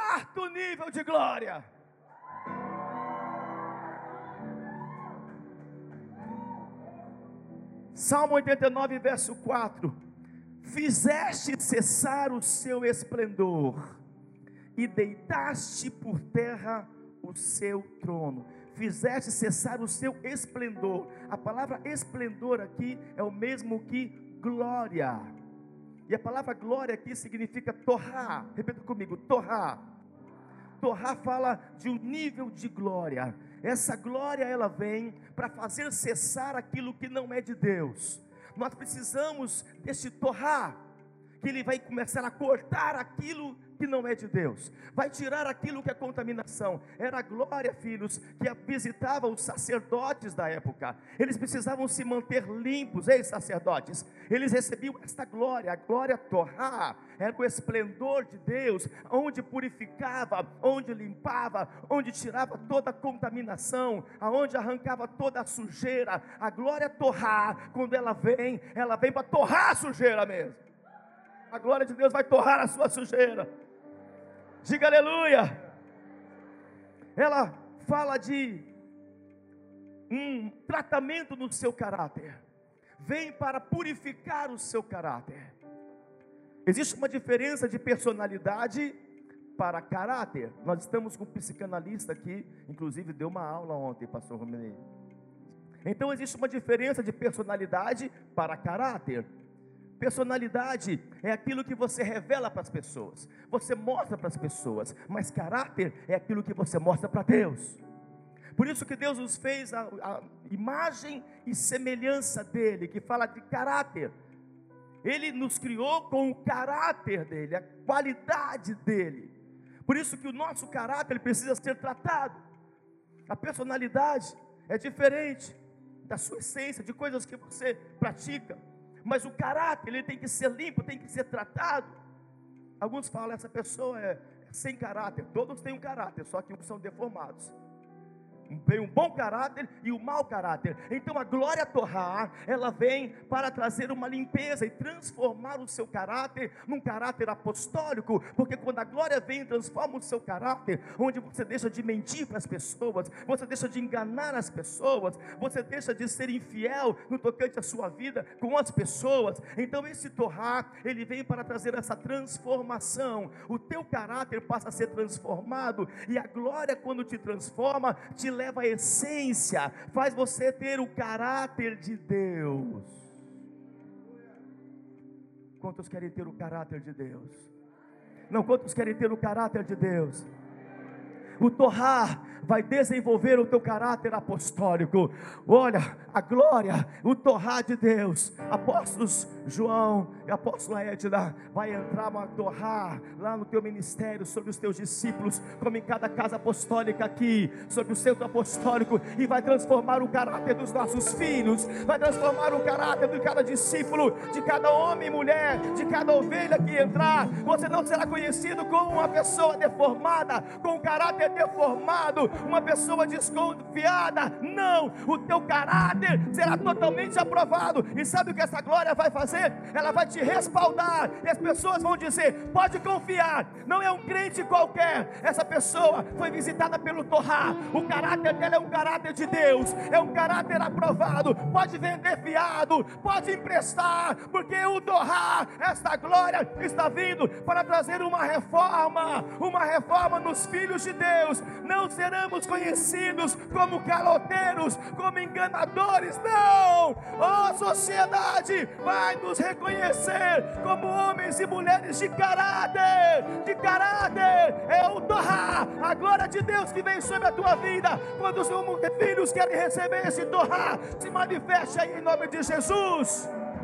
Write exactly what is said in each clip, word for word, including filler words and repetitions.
quarto nível de glória. Salmo oitenta e nove, verso quatro. Fizeste cessar o seu esplendor e deitaste por terra o seu trono. Fizeste cessar o seu esplendor. A palavra esplendor aqui é o mesmo que glória. E a palavra glória aqui significa torrar. Repita comigo, torrar. Torrar fala de um nível de glória. Essa glória ela vem para fazer cessar aquilo que não é de Deus. Nós precisamos desse torrar, que ele vai começar a cortar aquilo que não é de Deus, vai tirar aquilo que é contaminação. Era a glória, filhos, que visitava os sacerdotes da época. Eles precisavam se manter limpos, ei sacerdotes, eles recebiam esta glória, a glória torrar, era o esplendor de Deus, onde purificava, onde limpava, onde tirava toda a contaminação, aonde arrancava toda a sujeira. A glória torrar, quando ela vem, ela vem para torrar a sujeira mesmo. A glória de Deus vai torrar a sua sujeira. Diga aleluia. Ela fala de um tratamento no seu caráter. Vem para purificar o seu caráter. Existe uma diferença de personalidade para caráter. Nós estamos com um psicanalista aqui, inclusive deu uma aula ontem, pastor Rominei. Então existe uma diferença de personalidade para caráter. Personalidade é aquilo que você revela para as pessoas, você mostra para as pessoas, mas caráter é aquilo que você mostra para Deus. Por isso que Deus nos fez a, a imagem e semelhança dele, que fala de caráter. Ele nos criou com o caráter dele, a qualidade dele. Por isso que o nosso caráter ele precisa ser tratado. A personalidade é diferente da sua essência, de coisas que você pratica. Mas o caráter, ele tem que ser limpo, tem que ser tratado. Alguns falam, essa pessoa é sem caráter. Todos têm um caráter, só que uns são deformados. Vem um bom caráter e o um mau caráter. Então a glória torrar, ela vem para trazer uma limpeza e transformar o seu caráter num caráter apostólico. Porque quando a glória vem e transforma o seu caráter, onde você deixa de mentir para as pessoas, você deixa de enganar as pessoas, você deixa de ser infiel no tocante à sua vida com as pessoas. Então esse torrar, ele vem para trazer essa transformação. O teu caráter passa a ser transformado, e a glória, quando te transforma, te leva a essência, faz você ter o caráter de Deus. Quantos querem ter o caráter de Deus? Não, quantos querem ter o caráter de Deus? O torrar vai desenvolver o teu caráter apostólico. Olha, a glória, o torrar de Deus. Apóstolos João e apóstola Edna vai entrar a torrar lá no teu ministério, sobre os teus discípulos, como em cada casa apostólica aqui, sobre o centro apostólico, e vai transformar o caráter dos nossos filhos, vai transformar o caráter de cada discípulo, de cada homem e mulher, de cada ovelha que entrar. Você não será conhecido como uma pessoa deformada, com um caráter deformado, uma pessoa desconfiada. Não, o teu caráter será totalmente aprovado. E sabe o que essa glória vai fazer? Ela vai te respaldar, e as pessoas vão dizer: pode confiar, não é um crente qualquer, essa pessoa foi visitada pelo torrar, o caráter dela é um caráter de Deus, é um caráter aprovado. Pode vender fiado, pode emprestar, porque o torrar, esta glória está vindo para trazer uma reforma, uma reforma nos filhos de Deus. Não seremos conhecidos como caloteiros, como enganadores, não. A sociedade vai nos reconhecer como homens e mulheres de caráter, de caráter. É o torrar, a glória de Deus que vem sobre a tua vida. Quando os filhos querem receber esse torrar, se manifeste aí em nome de Jesus.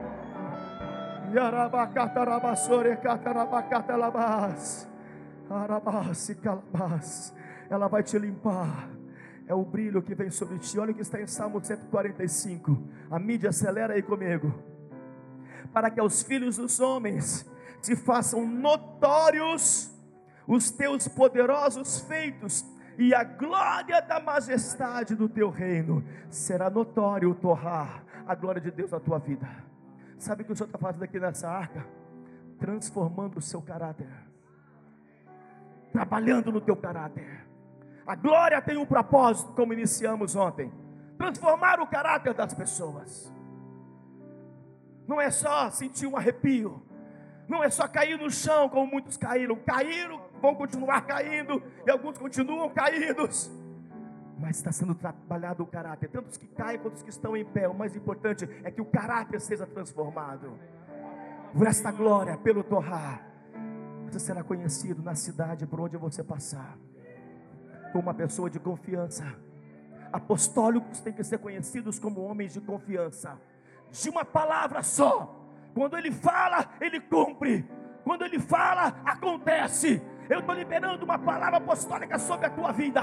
Ela vai te limpar. É o brilho que vem sobre ti. Olha o que está em Salmo cento e quarenta e cinco. A mídia acelera aí comigo. Para que aos filhos dos homens se façam notórios os teus poderosos feitos, e a glória da majestade do teu reino. Será notório o torrar, a glória de Deus na tua vida. Sabe o que o Senhor está fazendo aqui nessa arca? Transformando o seu caráter, trabalhando no teu caráter. A glória tem um propósito, como iniciamos ontem: transformar o caráter das pessoas. Não é só sentir um arrepio, não é só cair no chão como muitos caíram. Caíram, vão continuar caindo, e alguns continuam caídos, mas está sendo trabalhado o caráter, tanto os que caem quanto os que estão em pé. O mais importante é que o caráter seja transformado. Por esta glória, pelo Torá, você será conhecido na cidade por onde você passar como uma pessoa de confiança. Apostólicos têm que ser conhecidos como homens de confiança, de uma palavra só. Quando ele fala, ele cumpre. Quando ele fala, acontece. Eu estou liberando uma palavra apostólica sobre a tua vida.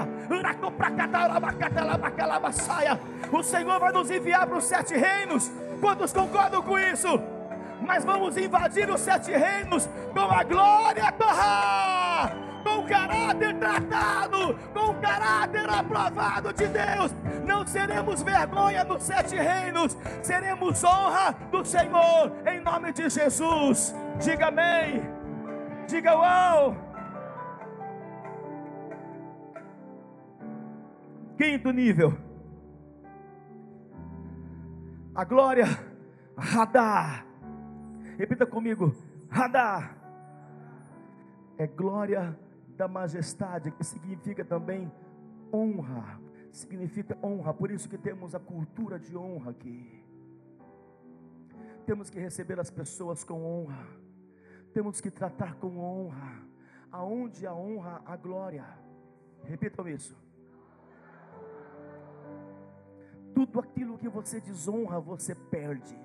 O Senhor vai nos enviar para os sete reinos. Quantos concordam com isso? Mas vamos invadir os sete reinos com a glória Torá, com o caráter tratado, com o caráter aprovado de Deus. Não seremos vergonha nos sete reinos, seremos honra do Senhor, em nome de Jesus. Diga amém, diga uau. Quinto nível, a glória Hadá. Repita comigo: Hadá é glória da majestade, que significa também honra. Significa honra, por isso que temos a cultura de honra aqui. Temos que receber as pessoas com honra, temos que tratar com honra. Aonde a honra, a glória. Repitam isso. Tudo aquilo que você desonra, você perde.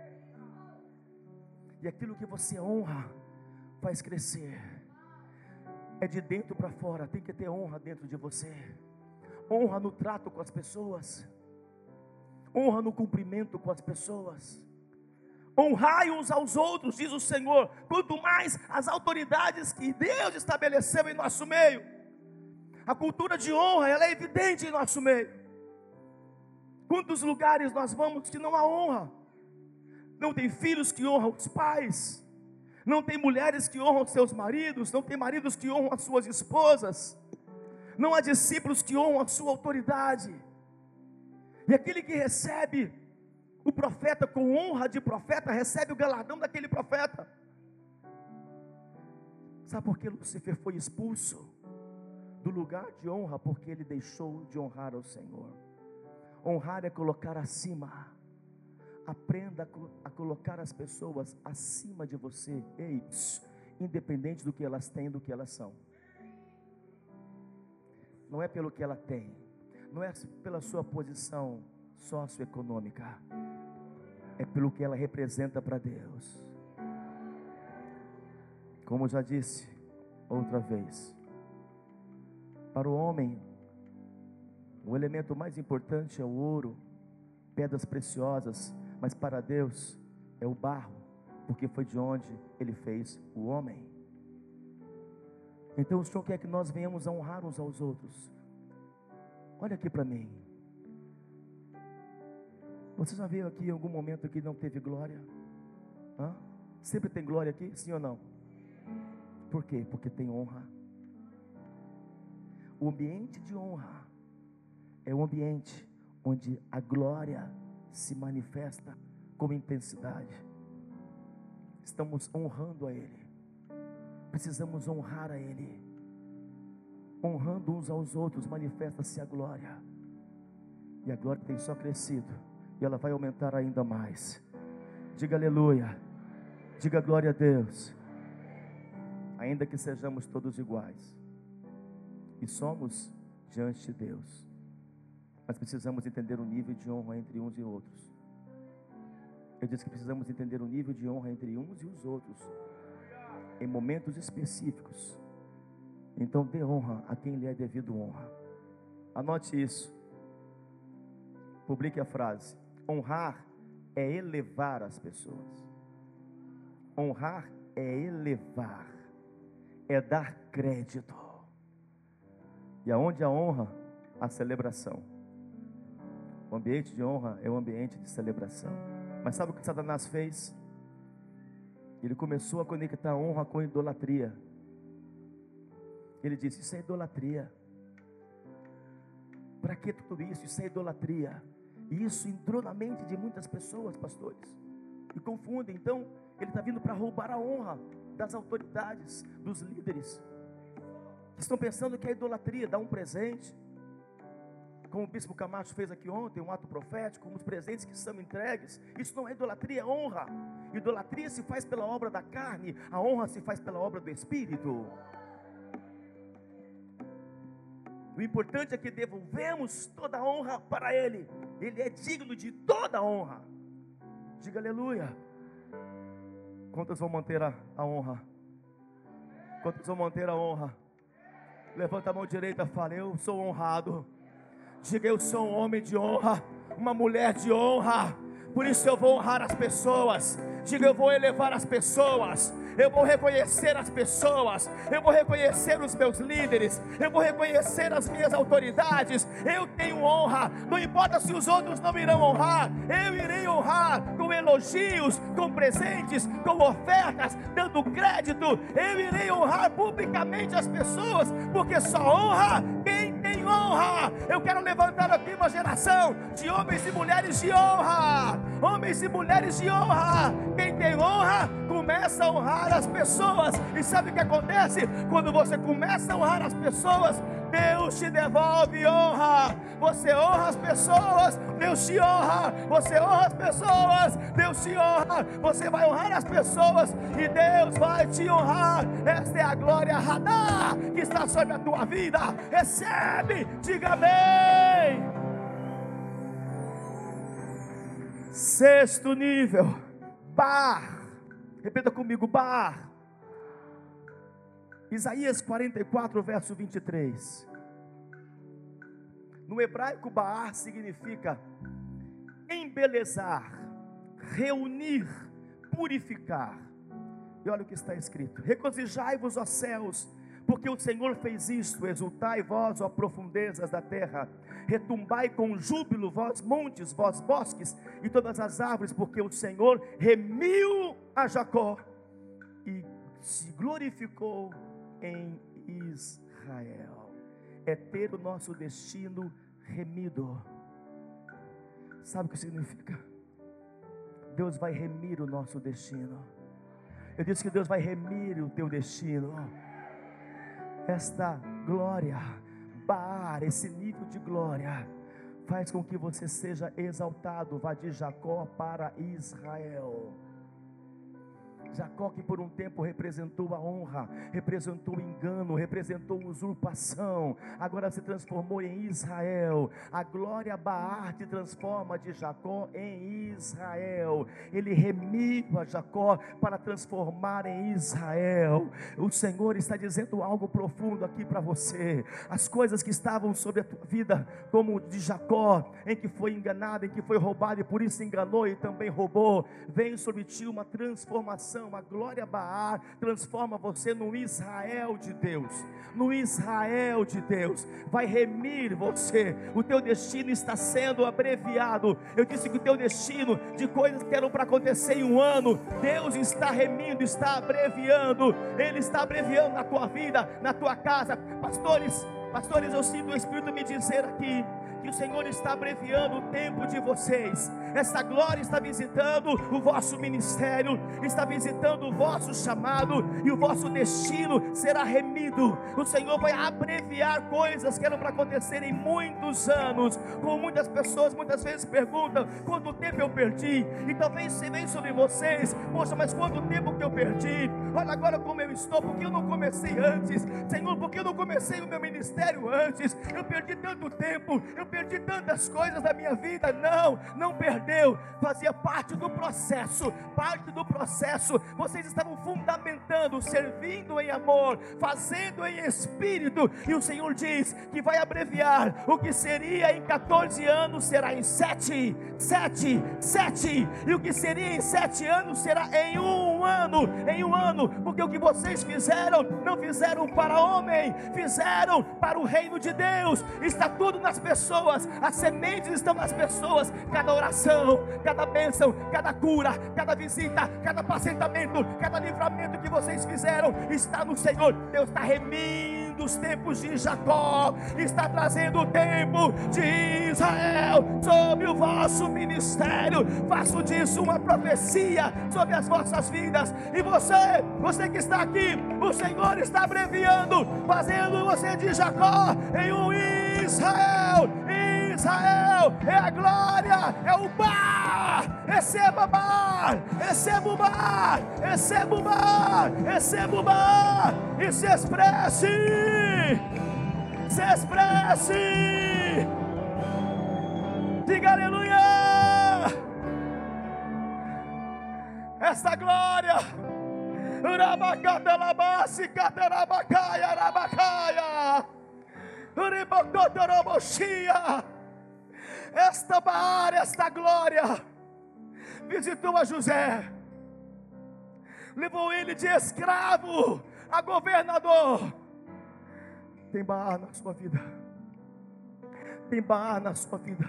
E aquilo que você honra, faz crescer. É de dentro para fora, tem que ter honra dentro de você. Honra no trato com as pessoas, honra no cumprimento com as pessoas. Honrai uns aos outros, diz o Senhor, quanto mais as autoridades que Deus estabeleceu em nosso meio. A cultura de honra, ela é evidente em nosso meio. Quantos lugares nós vamos que não há honra? Não tem filhos que honram os pais, não tem mulheres que honram seus maridos, não tem maridos que honram as suas esposas, não há discípulos que honram a sua autoridade. E aquele que recebe o profeta com honra de profeta, recebe o galardão daquele profeta. Sabe por que Lúcifer foi expulso do lugar de honra? Porque ele deixou de honrar ao Senhor. Honrar é colocar acima. Aprenda a colocar as pessoas acima de você, ei, independente do que elas têm, do que elas são. Não é pelo que ela tem, não é pela sua posição socioeconômica, é pelo que ela representa para Deus. Como já disse outra vez, para o homem, o elemento mais importante é o ouro, pedras preciosas, mas para Deus é o barro, porque foi de onde Ele fez o homem. Então o Senhor quer que nós venhamos a honrar uns aos outros. Olha aqui para mim. Você já veio aqui em algum momento que não teve glória? Hã? Sempre tem glória aqui, sim ou não? Por quê? Porque tem honra. O ambiente de honra é um ambiente onde a glória se manifesta com intensidade. Estamos honrando a Ele, precisamos honrar a Ele. Honrando uns aos outros, manifesta-se a glória. E a glória tem só crescido, e ela vai aumentar ainda mais. Diga aleluia, diga glória a Deus. Ainda que sejamos todos iguais, e somos diante de Deus, mas precisamos entender o nível de honra entre uns e outros. Eu disse que precisamos entender o nível de honra entre uns e os outros, em momentos específicos. Então dê honra a quem lhe é devido honra. Anote isso. Publique a frase: honrar é elevar as pessoas. Honrar é elevar, é dar crédito. E aonde a honra, a celebração. O ambiente de honra é um ambiente de celebração. Mas sabe o que Satanás fez? Ele começou a conectar a honra com a idolatria. Ele disse: isso é idolatria. Para que tudo isso? Isso é idolatria. E isso entrou na mente de muitas pessoas, pastores, e confundem. Então, ele está vindo para roubar a honra das autoridades, dos líderes. Estão pensando que é idolatria, dar um presente, como o bispo Camacho fez aqui ontem, um ato profético, uns presentes que são entregues. Isso não é idolatria, é honra. Idolatria se faz pela obra da carne, a honra se faz pela obra do Espírito. O importante é que devolvemos toda a honra para Ele. Ele é digno de toda a honra. Diga aleluia. Quantos vão manter a, a honra? Quantos vão manter a honra? Levanta a mão direita e fala: eu sou honrado. Diga: eu sou um homem de honra, uma mulher de honra. Por isso eu vou honrar as pessoas. Diga: eu vou elevar as pessoas. Eu vou reconhecer as pessoas. Eu vou reconhecer os meus líderes. Eu vou reconhecer as minhas autoridades. Eu tenho honra. Não importa se os outros não irão honrar. Eu irei honrar com elogios, com presentes, com ofertas, dando crédito. Eu irei honrar publicamente as pessoas, porque só honra quem tem honra. Eu quero levantar aqui uma geração de homens e mulheres de honra. Homens e mulheres de honra. Quem tem honra começa a honrar as pessoas. E sabe o que acontece? Quando você começa a honrar as pessoas, Deus te devolve honra. Você honra as pessoas, Deus te honra. Você honra as pessoas, Deus te honra. Você vai honrar as pessoas e Deus vai te honrar. Esta é a glória Radá que está sobre a tua vida. Recebe, diga amém. Sexto nível, Bar. Repita comigo: Bar. Isaías quarenta e quatro, verso vinte e três. No hebraico, Baar significa embelezar, reunir, purificar. E olha o que está escrito: regozijai-vos, ó céus, porque o Senhor fez isto. Exultai vós, ó profundezas da terra. Retumbai com júbilo, vós montes, vós bosques e todas as árvores, porque o Senhor remiu a Jacó e se glorificou em Israel. É ter o nosso destino remido. Sabe o que significa? Deus vai remir o nosso destino. Eu disse que Deus vai remir o teu destino. Esta glória, Baar, esse nível de glória, faz com que você seja exaltado. Vá de Jacó para Israel. Jacó, que por um tempo representou a honra, representou o engano, representou usurpação, agora se transformou em Israel. A glória Baar te transforma de Jacó em Israel. Ele remiu a Jacó para transformar em Israel. O Senhor está dizendo algo profundo aqui para você. As coisas que estavam sobre a tua vida, como de Jacó, em que foi enganado, em que foi roubado e por isso enganou e também roubou, vem sobre ti uma transformação. A glória Baar transforma você no Israel de Deus. No Israel de Deus. Vai remir você. O teu destino está sendo abreviado. Eu disse que o teu destino de coisas que eram para acontecer em um ano, Deus está remindo, está abreviando. Ele está abreviando na tua vida, na tua casa. Pastores, pastores, eu sinto o Espírito me dizer aqui que o Senhor está abreviando o tempo de vocês. Essa glória está visitando o vosso ministério, está visitando o vosso chamado, e o vosso destino será remido. O Senhor vai abreviar coisas que eram para acontecer em muitos anos. Como muitas pessoas muitas vezes perguntam: quanto tempo eu perdi? E talvez se vem sobre vocês: poxa, mas quanto tempo que eu perdi? Olha agora como eu estou, porque eu não comecei antes. Senhor, porque eu não comecei o meu ministério antes? Eu perdi tanto tempo, eu perdi tantas coisas da minha vida. Não, não perdeu, fazia parte do processo, parte do processo. Vocês estavam fundamentando, servindo em amor, fazendo em espírito, e o Senhor diz que vai abreviar. O que seria em quatorze anos será em sete, sete, sete, e o que seria em sete anos será em um ano, em um ano, porque o que vocês fizeram, não fizeram para homem, fizeram para o reino de Deus. Está tudo nas pessoas pessoas, as sementes estão nas pessoas. Cada oração, cada bênção, cada cura, cada visita, cada apacentamento, cada livramento que vocês fizeram está no Senhor. Deus está remindo os tempos de Jacó, está trazendo o tempo de Israel sobre o vosso ministério. Faço disso uma profecia sobre as vossas vidas. E você, você que está aqui, o Senhor está abreviando, fazendo você de Jacó em um Israel. Israel é a glória, é o bar. Receba o bar, receba o bar, receba o bar, receba o bar e se expresse, se expresse. Diga aleluia. Esta glória, Urabacatalabaci, Catarabacaia, Arabacaia, Uribocotoroboxia. Esta Baar, esta glória visitou a José, levou ele de escravo a governador. Tem Baar na sua vida, tem Baar na sua vida.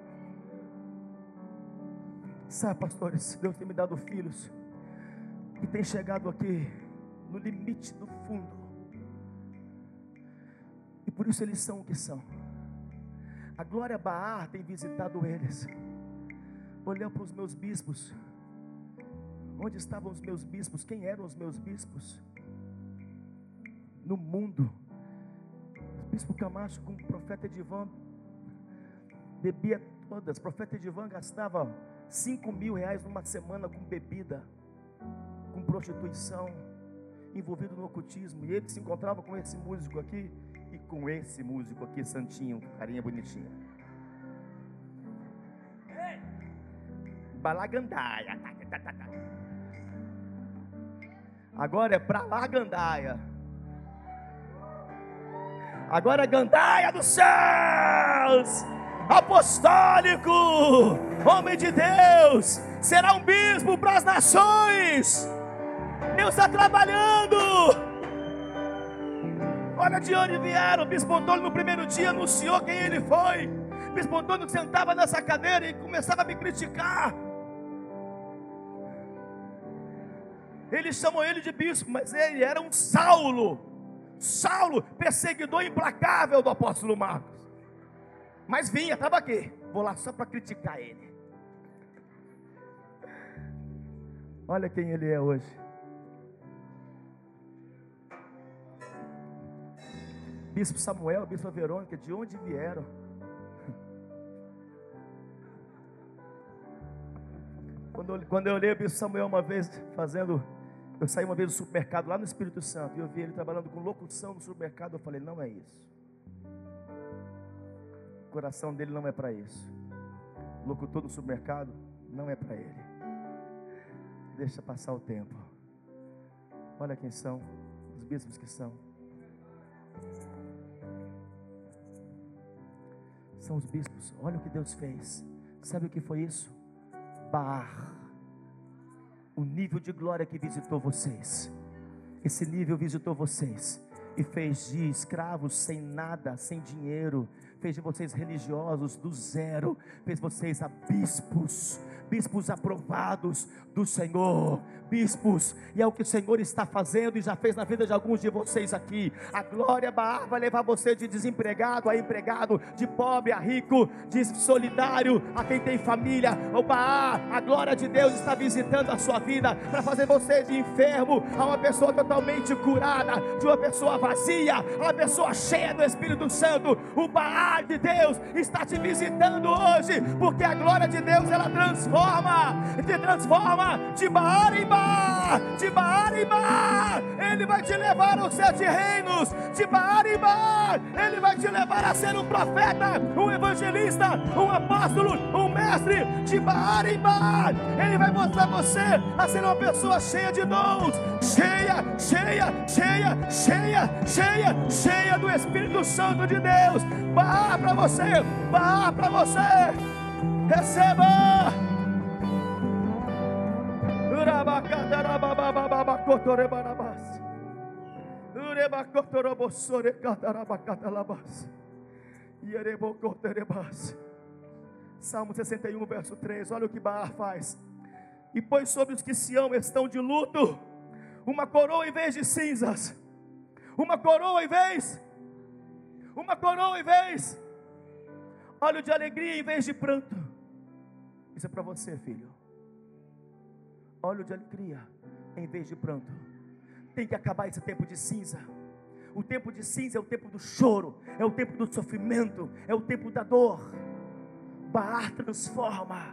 Sabe, pastores, Deus tem me dado filhos que têm chegado aqui no limite do fundo, e por isso eles são o que são. A glória Baar tem visitado eles. Olhando para os meus bispos, onde estavam os meus bispos? Quem eram os meus bispos? No mundo. O bispo Camacho com o profeta Edivan bebia todas. O profeta Edivan gastava cinco mil reais numa semana com bebida, com prostituição, envolvido no ocultismo. E ele se encontrava com esse músico aqui e com esse músico aqui, santinho, carinha bonitinha. Balagandaia. Agora é pra lá gandaia. Agora é gandaia dos céus. Apostólico, homem de Deus, será um bispo para as nações. Deus está trabalhando. Olha de onde vieram. O bispo Antônio no primeiro dia anunciou quem ele foi. O bispo Antônio sentava nessa cadeira e começava a me criticar. Eles chamam ele de bispo, mas ele era um Saulo. Saulo, perseguidor implacável do apóstolo Marcos. Mas vinha, estava aqui. Vou lá só para criticar ele. Olha quem ele é hoje. Bispo Samuel, Bispo Verônica, de onde vieram? Quando eu, quando eu olhei o Bispo Samuel uma vez fazendo, eu saí uma vez do supermercado lá no Espírito Santo, e eu vi ele trabalhando com locução no supermercado. Eu falei, não é isso. O coração dele não é para isso. Locutor no supermercado não é para ele. Deixa passar o tempo. Olha quem são os bispos que são. São os bispos. Olha o que Deus fez. Sabe o que foi isso? Baar. O nível de glória que visitou vocês. Esse nível visitou vocês e fez de escravos sem nada, sem dinheiro, fez de vocês religiosos do zero, fez vocês a bispos, bispos aprovados do Senhor, bispos, e é o que o Senhor está fazendo e já fez na vida de alguns de vocês aqui. A glória Baar vai levar você de desempregado a empregado, de pobre a rico, de solidário a quem tem família. O Baar, a glória de Deus está visitando a sua vida para fazer você de enfermo a uma pessoa totalmente curada, de uma pessoa vazia a uma pessoa cheia do Espírito Santo. O Baar de Deus está te visitando hoje, porque a glória de Deus ela transforma, te transforma de Baar em Baar, de Baar em Baar. Ele vai te levar aos sete reinos, de Baar em Baar. Ele vai te levar a ser um profeta, um evangelista, um apóstolo, um mestre, de Baar em Baar. Ele vai mostrar você a ser uma pessoa cheia de dons, cheia, cheia, cheia, cheia, cheia, cheia do Espírito Santo de Deus. Baar para você, Baar para você. Receba. Salmo sessenta e um, verso três. Olha o que Baar faz. E pois sobre os que Sião estão de luto uma coroa em vez de cinzas, uma coroa em vez, uma coroa em vez, óleo de alegria em vez de pranto. Isso é para você, filho. Óleo de alegria em vez de pranto. Tem que acabar esse tempo de cinza. O tempo de cinza é o tempo do choro, é o tempo do sofrimento, é o tempo da dor. Baar transforma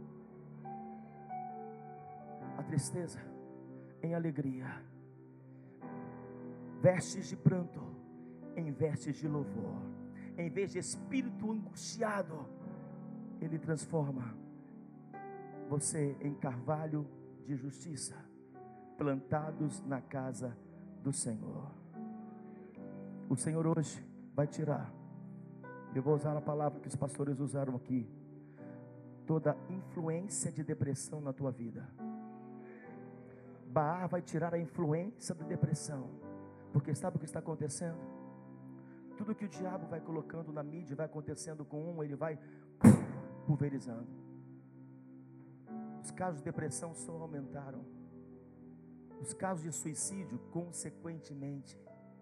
a tristeza em alegria, vestes de pranto em vestes de louvor. Em vez de espírito angustiado, Ele transforma você em carvalho de justiça, plantados na casa do Senhor. O Senhor hoje vai tirar, eu vou usar a palavra que os pastores usaram aqui, toda influência de depressão na tua vida. Baar vai tirar a influência da depressão, porque sabe o que está acontecendo? Tudo que o diabo vai colocando na mídia, vai acontecendo com um, ele vai pulverizando. Os casos de depressão só aumentaram, os casos de suicídio consequentemente,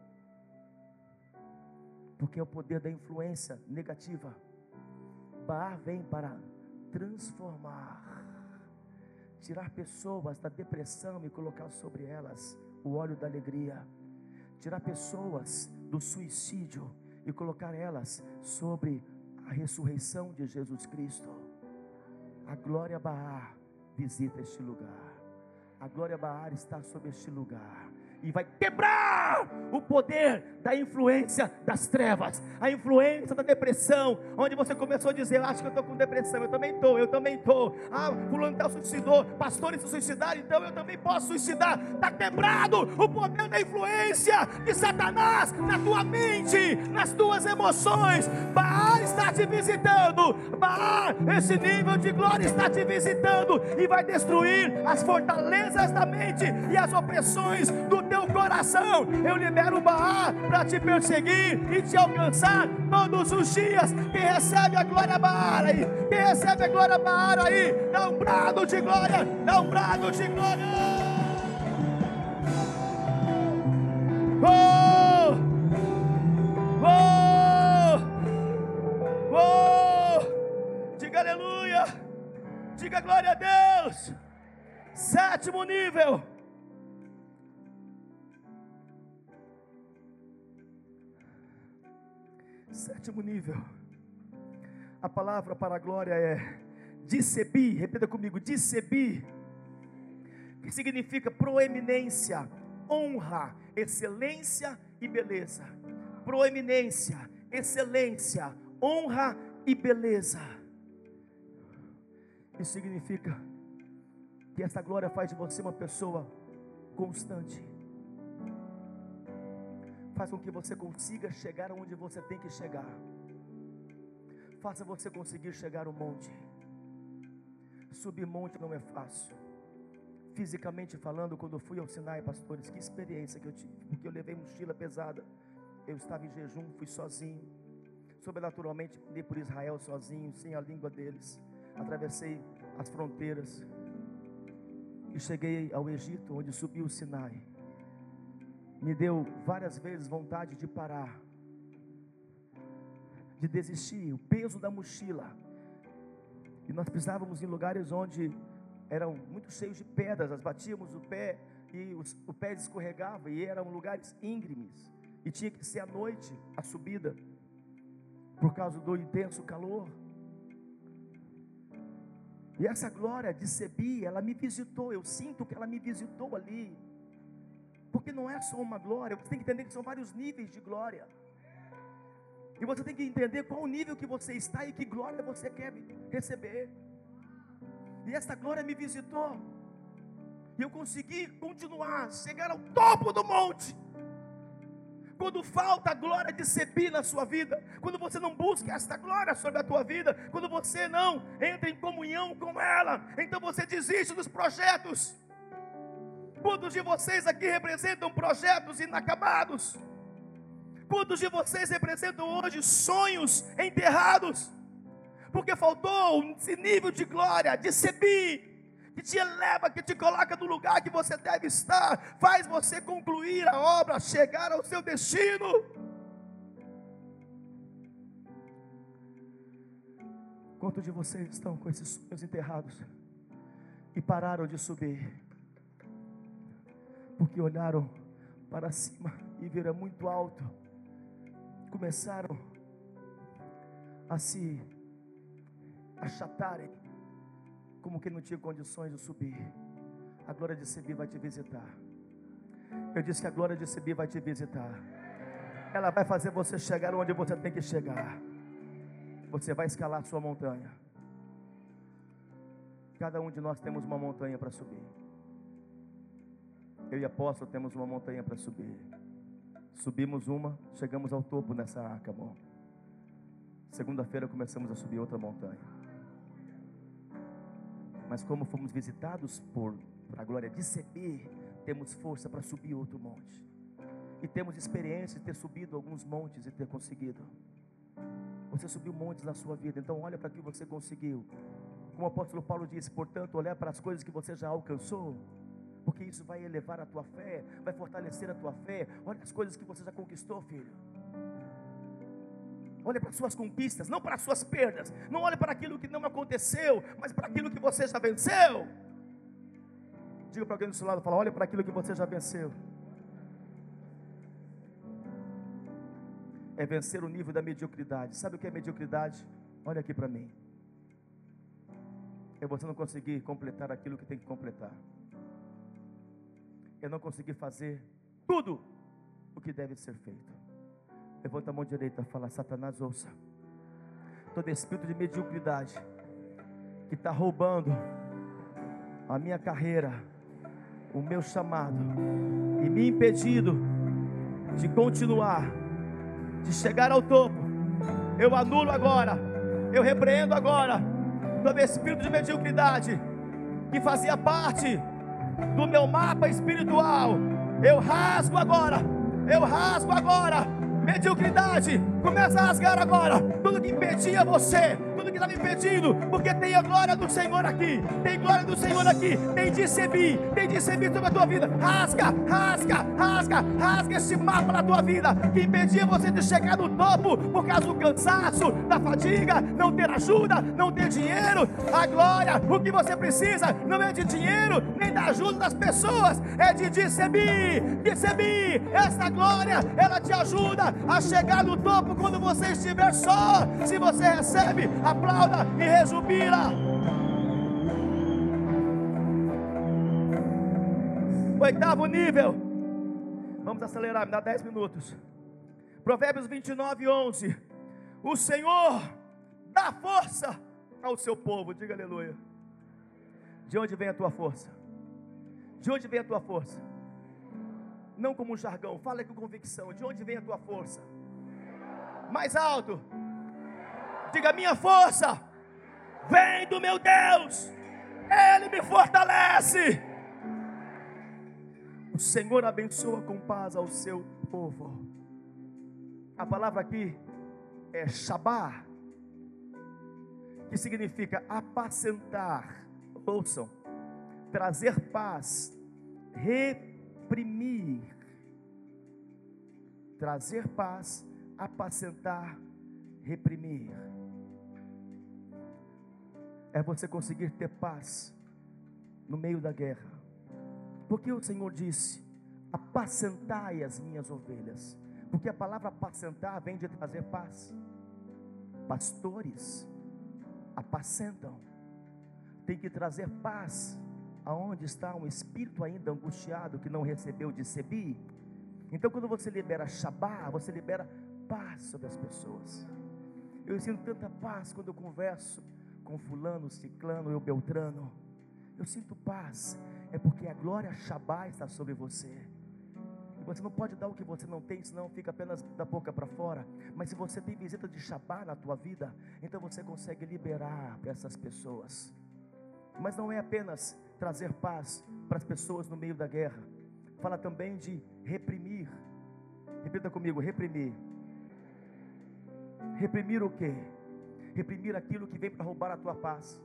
porque é o poder da influência negativa. Baar vem para transformar, tirar pessoas da depressão e colocar sobre elas o óleo da alegria, tirar pessoas do suicídio e colocar elas sobre a ressurreição de Jesus Cristo. A glória Baar visita este lugar, a glória Baar está sobre este lugar, e vai quebrar o poder da influência das trevas, a influência da depressão, onde você começou a dizer: eu acho que eu estou com depressão, eu também estou, eu também estou, ah, fulano tal suicidou, pastores se suicidaram, então eu também posso suicidar. Está quebrado o poder da influência de Satanás na tua mente, nas tuas emoções. Baar está te visitando, Baar, esse nível de glória está te visitando, e vai destruir as fortalezas da mente e as opressões do teu coração. Eu libero o Baar para te perseguir e te alcançar todos os dias. Quem recebe a glória Baar aí, quem recebe a glória Baar aí, dá um brado de glória, dá um brado de glória. Oh! Oh! Oh! Diga aleluia, diga glória a Deus. Sétimo nível. Sétimo nível. A palavra para a glória é discebi. Repita comigo: discebi, que significa proeminência, honra, excelência e beleza. Proeminência, excelência, honra e beleza. Isso significa que essa glória faz de você uma pessoa constante, faz com que você consiga chegar onde você tem que chegar, faça você conseguir chegar ao monte. Subir monte não é fácil, fisicamente falando. Quando eu fui ao Sinai, pastores, que experiência que eu tive, porque eu levei mochila pesada, eu estava em jejum, fui sozinho, sobrenaturalmente andei por Israel sozinho, sem a língua deles, atravessei as fronteiras e cheguei ao Egito, onde subi o Sinai. Me deu várias vezes vontade de parar, de desistir, o peso da mochila. E nós pisávamos em lugares onde eram muito cheios de pedras, nós batíamos o pé e os, o pé escorregava, e eram lugares íngremes, e tinha que ser à noite a subida, por causa do intenso calor. E essa glória de Sebi, ela me visitou, eu sinto que ela me visitou ali, porque não é só uma glória, você tem que entender que são vários níveis de glória, e você tem que entender qual o nível que você está e que glória você quer receber. E essa glória me visitou, e eu consegui continuar, chegar ao topo do monte. Quando falta a glória de Sebi na sua vida, quando você não busca esta glória sobre a tua vida, quando você não entra em comunhão com ela, então você desiste dos projetos. Quantos de vocês aqui representam projetos inacabados? Quantos de vocês representam hoje sonhos enterrados? Porque faltou esse nível de glória, de Sebi, que te eleva, que te coloca no lugar que você deve estar, faz você concluir a obra, chegar ao seu destino. Quantos de vocês estão com esses sonhos enterrados e pararam de subir, porque olharam para cima e viram muito alto, começaram a se achatarem, como que não tinha condições de subir? A glória de Sebi vai te visitar. Eu disse que a glória de Sebi vai te visitar. Ela vai fazer você chegar onde você tem que chegar. Você vai escalar a sua montanha. Cada um de nós temos uma montanha para subir. Eu e a apóstolo temos uma montanha para subir. Subimos uma, chegamos ao topo nessa arca, amor. Segunda-feira começamos a subir outra montanha. Mas como fomos visitados por, por a glória de Sebi, temos força para subir outro monte. E temos experiência de ter subido alguns montes e ter conseguido. Você subiu montes na sua vida, então olha para o que você conseguiu. Como o apóstolo Paulo disse, portanto, olhar para as coisas que você já alcançou, porque isso vai elevar a tua fé, vai fortalecer a tua fé. Olha as coisas que você já conquistou, filho. Olha para as suas conquistas, não para as suas perdas. Não olhe para aquilo que não aconteceu, mas para aquilo que você já venceu. Diga para alguém do seu lado, fala, olha para aquilo que você já venceu. É vencer o nível da mediocridade. Sabe o que é mediocridade? Olha aqui para mim. É você não conseguir completar aquilo que tem que completar. É não conseguir fazer tudo o que deve ser feito. Levanta a mão direita e fala, Satanás, ouça. Todo espírito de mediocridade que está roubando a minha carreira, o meu chamado, e me impedindo de continuar, de chegar ao topo, eu anulo agora, eu repreendo agora todo espírito de mediocridade que fazia parte do meu mapa espiritual. Eu rasgo agora, eu rasgo agora. Mediocridade, começa a rasgar agora tudo que impedia você, tudo que estava impedindo, porque tem a glória do Senhor aqui, tem glória do Senhor aqui, tem de Sebi, tem de Sebi sobre a tua vida. Rasga, rasga, rasga, rasga esse mapa na tua vida que impedia você de chegar no topo por causa do cansaço, da fadiga, não ter ajuda, não ter dinheiro. A glória, o que você precisa não é de dinheiro, nem da ajuda das pessoas, é de de Sebi, de Sebi. Essa glória, ela te ajuda a chegar no topo quando você estiver só. Se você recebe, aplauda e rejubila. Oitavo nível. Vamos acelerar, me dá dez minutos. Provérbios vinte e nove, onze. O Senhor dá força ao seu povo. Diga aleluia. De onde vem a tua força? De onde vem a tua força? Não como um jargão, fala com convicção. De onde vem a tua força? Mais alto. Diga, minha força vem do meu Deus, Ele me fortalece. O Senhor abençoa com paz ao seu povo. A palavra aqui é Shabá, que significa apacentar. Ouçam, trazer paz, reprimir, trazer paz, apacentar, reprimir. É você conseguir ter paz no meio da guerra, porque o Senhor disse, apacentai as minhas ovelhas, porque a palavra apacentar vem de trazer paz. Pastores apacentam, tem que trazer paz aonde está um espírito ainda angustiado que não recebeu de Sebi. Então quando você libera Shabá, você libera paz sobre as pessoas. Eu sinto tanta paz quando eu converso com fulano, ciclano, eu beltrano. Eu sinto paz, é porque a glória Shabá está sobre você. E você não pode dar o que você não tem, senão fica apenas da boca para fora. Mas se você tem visita de Shabá na tua vida, então você consegue liberar para essas pessoas. Mas não é apenas trazer paz para as pessoas no meio da guerra, fala também de reprimir. Repita comigo: reprimir. Reprimir o quê? Reprimir aquilo que vem para roubar a tua paz.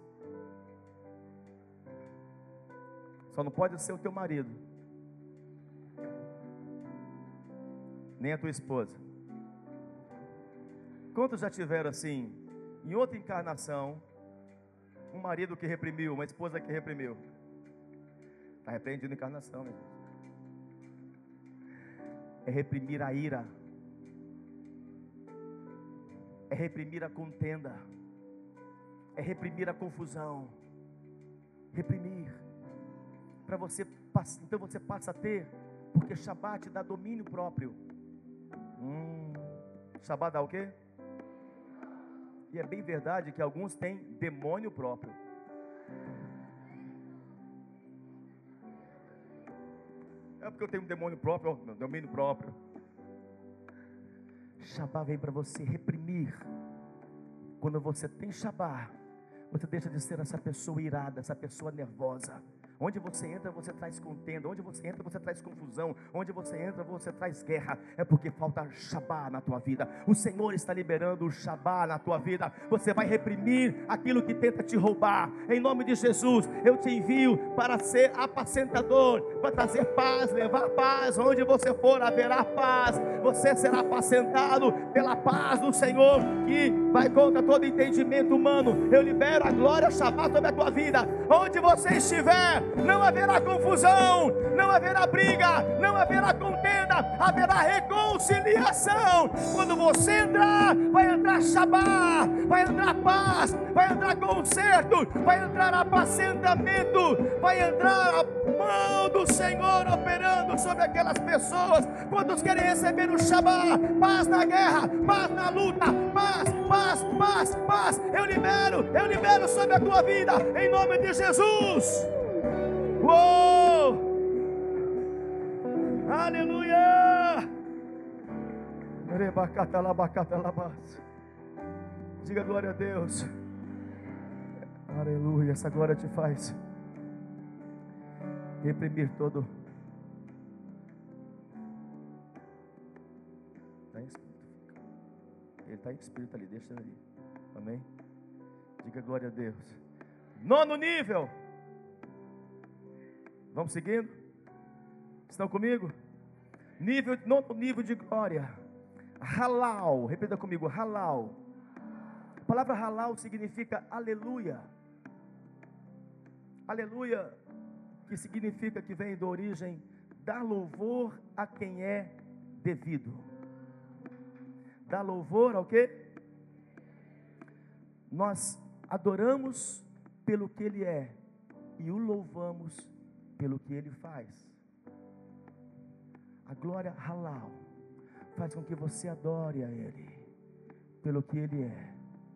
Só não pode ser o teu marido, nem a tua esposa. Quantos já tiveram assim, em outra encarnação, um marido que reprimiu, uma esposa que reprimiu? Está repreendido a encarnação, meu Deus. É reprimir a ira, é reprimir a contenda, é reprimir a confusão. Reprimir. Para você, então você passa a ter, porque Shabbat te dá domínio próprio. Hum, Shabbat dá o quê? E é bem verdade que alguns têm demônio próprio. É porque eu tenho um demônio próprio, ó, domínio próprio. Shabbat vem para você reprimir. Quando você tem Shabbat, você deixa de ser essa pessoa irada, essa pessoa nervosa. Onde você entra, você traz contenda. Onde você entra, você traz confusão. Onde você entra, você traz guerra. É porque falta Shabbat na tua vida. O Senhor está liberando o Shabbat na tua vida. Você vai reprimir aquilo que tenta te roubar. Em nome de Jesus, eu te envio para ser apacentador, para trazer paz, levar paz. Onde você for, haverá paz. Você será apacentado pela paz do Senhor, que vai contra todo entendimento humano. Eu libero a glória Shabbat sobre a tua vida. Onde você estiver, não haverá confusão, não haverá briga, não haverá contenda, haverá reconciliação. Quando você entrar, vai entrar Shabbat, vai entrar paz, vai entrar conserto, vai entrar apacentamento, vai entrar a mão do Senhor operando sobre aquelas pessoas. Quantos querem receber o Shabbat? Paz na guerra, paz na luta, paz, paz, paz, paz. Eu libero, eu libero sobre a tua vida, em nome de Jesus. Uou! Aleluia! Diga glória a Deus. Aleluia. Essa glória te faz reprimir todo. Está em espírito. Ele está em espírito ali, deixa ele ali. Amém? Diga glória a Deus. Nono nível. Vamos seguindo? Estão comigo? Nível, nono nível de glória. Halal. Repita comigo, halal. A palavra halal significa aleluia. Aleluia, que significa, que vem da origem dar louvor a quem é devido. Dar louvor ao quê? Nós adoramos pelo que Ele é e o louvamos pelo que Ele faz. A glória halal faz com que você adore a Ele pelo que Ele é,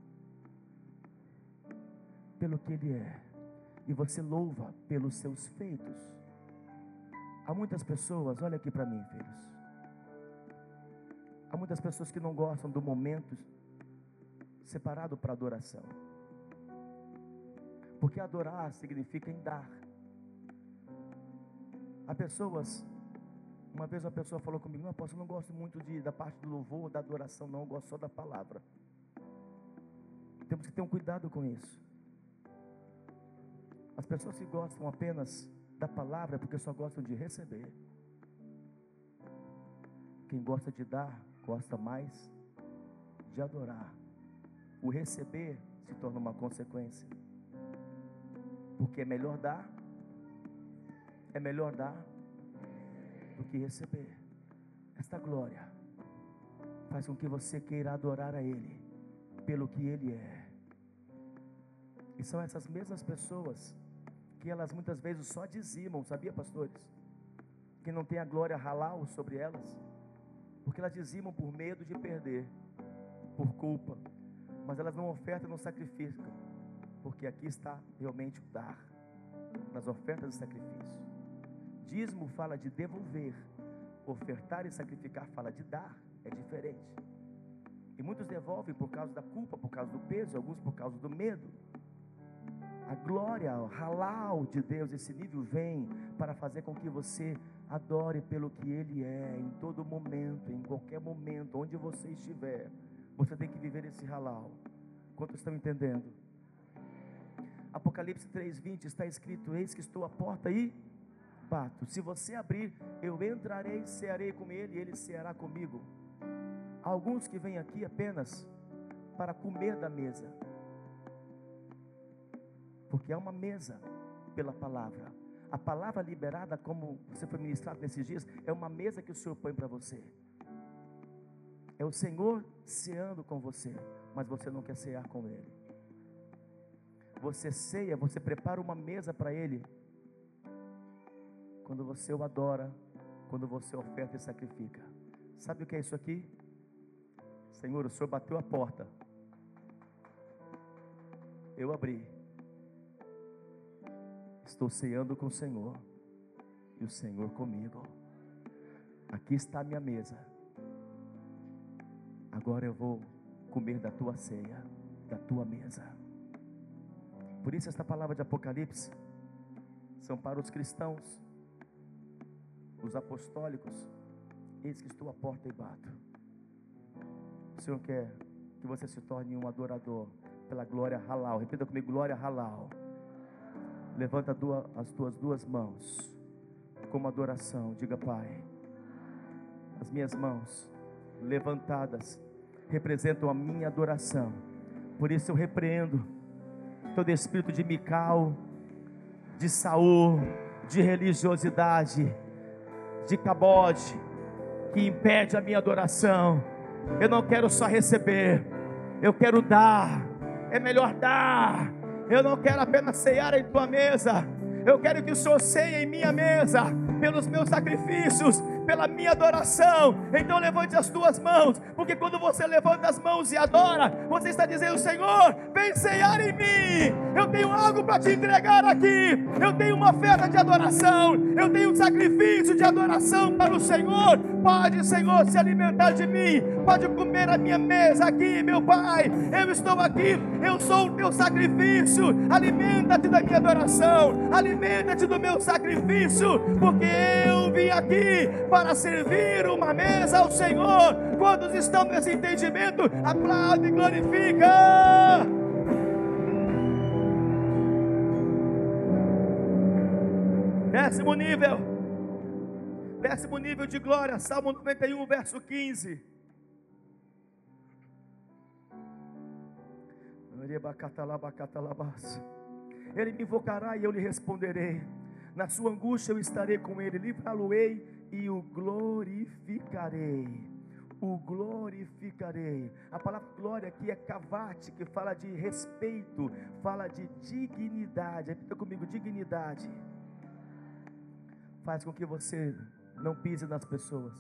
pelo que Ele é, e você louva pelos seus feitos. Há muitas pessoas, olha aqui para mim, filhos, há muitas pessoas que não gostam do momento separado para adoração, porque adorar significa em dar. Há pessoas, uma vez uma pessoa falou comigo: não, apóstolo, eu não gosto muito de, da parte do louvor, da adoração, não, eu gosto só da palavra. Temos que ter um cuidado com isso. As pessoas que gostam apenas da palavra é porque só gostam de receber. Quem gosta de dar, gosta mais de adorar. O receber se torna uma consequência, porque é melhor dar, é melhor dar do que receber. Esta glória faz com que você queira adorar a Ele pelo que Ele é. E são essas mesmas pessoas que elas muitas vezes só dizimam, sabia, pastores? Que não tem a glória halal sobre elas, porque elas dizimam por medo de perder, por culpa, mas elas não ofertam, não sacrificam, porque aqui está realmente o dar, nas ofertas e sacrifício. Dízimo fala de devolver, ofertar e sacrificar fala de dar, é diferente. E muitos devolvem por causa da culpa, por causa do peso, alguns por causa do medo. A glória, o halal de Deus, esse nível vem para fazer com que você Adore pelo que Ele é, em todo momento, em qualquer momento, onde você estiver. Você tem que viver esse halal. Quantos estão entendendo? Apocalipse três, vinte está escrito: eis que estou à porta e bato. Se você abrir, eu entrarei, cearei com Ele, e Ele ceará comigo. Há alguns que vêm aqui apenas para comer da mesa, porque há uma mesa pela palavra. A palavra liberada, como você foi ministrado nesses dias, é uma mesa que o Senhor põe para você. É o Senhor ceando com você, mas você não quer cear com Ele. Você ceia, você prepara uma mesa para Ele quando você o adora, quando você oferta e sacrifica. Sabe o que é isso aqui? Senhor, o Senhor bateu a porta, eu abri, estou ceando com o Senhor, e o Senhor comigo. Aqui está a minha mesa, agora eu vou comer da tua ceia, da tua mesa. Por isso esta palavra de Apocalipse são para os cristãos, os apostólicos. Eis que estou à porta e bato. O Senhor quer que você se torne um adorador pela glória halal. Repita comigo: glória halal. Levanta as tuas duas mãos como adoração. Diga: Pai, as minhas mãos levantadas representam a minha adoração. Por isso eu repreendo todo espírito de Mical, de Saul, de religiosidade, de cabode, que impede a minha adoração. Eu não quero só receber, eu quero dar. É melhor dar. Eu não quero apenas cear em tua mesa, eu quero que o Senhor ceie em minha mesa, pelos meus sacrifícios, pela minha adoração. Então levante as tuas mãos, porque quando você levanta as mãos e adora, você está dizendo: Senhor, vem ceiar em mim. Eu tenho algo para te entregar aqui. Eu tenho uma oferta de adoração, eu tenho um sacrifício de adoração para o Senhor. Pode, Senhor, se alimentar de mim, pode comer a minha mesa aqui, meu Pai. Eu estou aqui, eu sou o teu sacrifício. Alimenta-te da minha adoração, alimenta-te do meu sacrifício, porque eu vim aqui para servir uma mesa ao Senhor. Quantos estão nesse entendimento? Aplaude e glorifica. Décimo nível, décimo nível de glória, Salmo noventa e um, verso quinze. Ele me invocará e eu lhe responderei. Na sua angústia eu estarei com ele, livrá-lo-ei e o glorificarei. O glorificarei. A palavra glória aqui é kavate, que fala de respeito, fala de dignidade. Repita comigo: dignidade. Faz com que você não pise nas pessoas,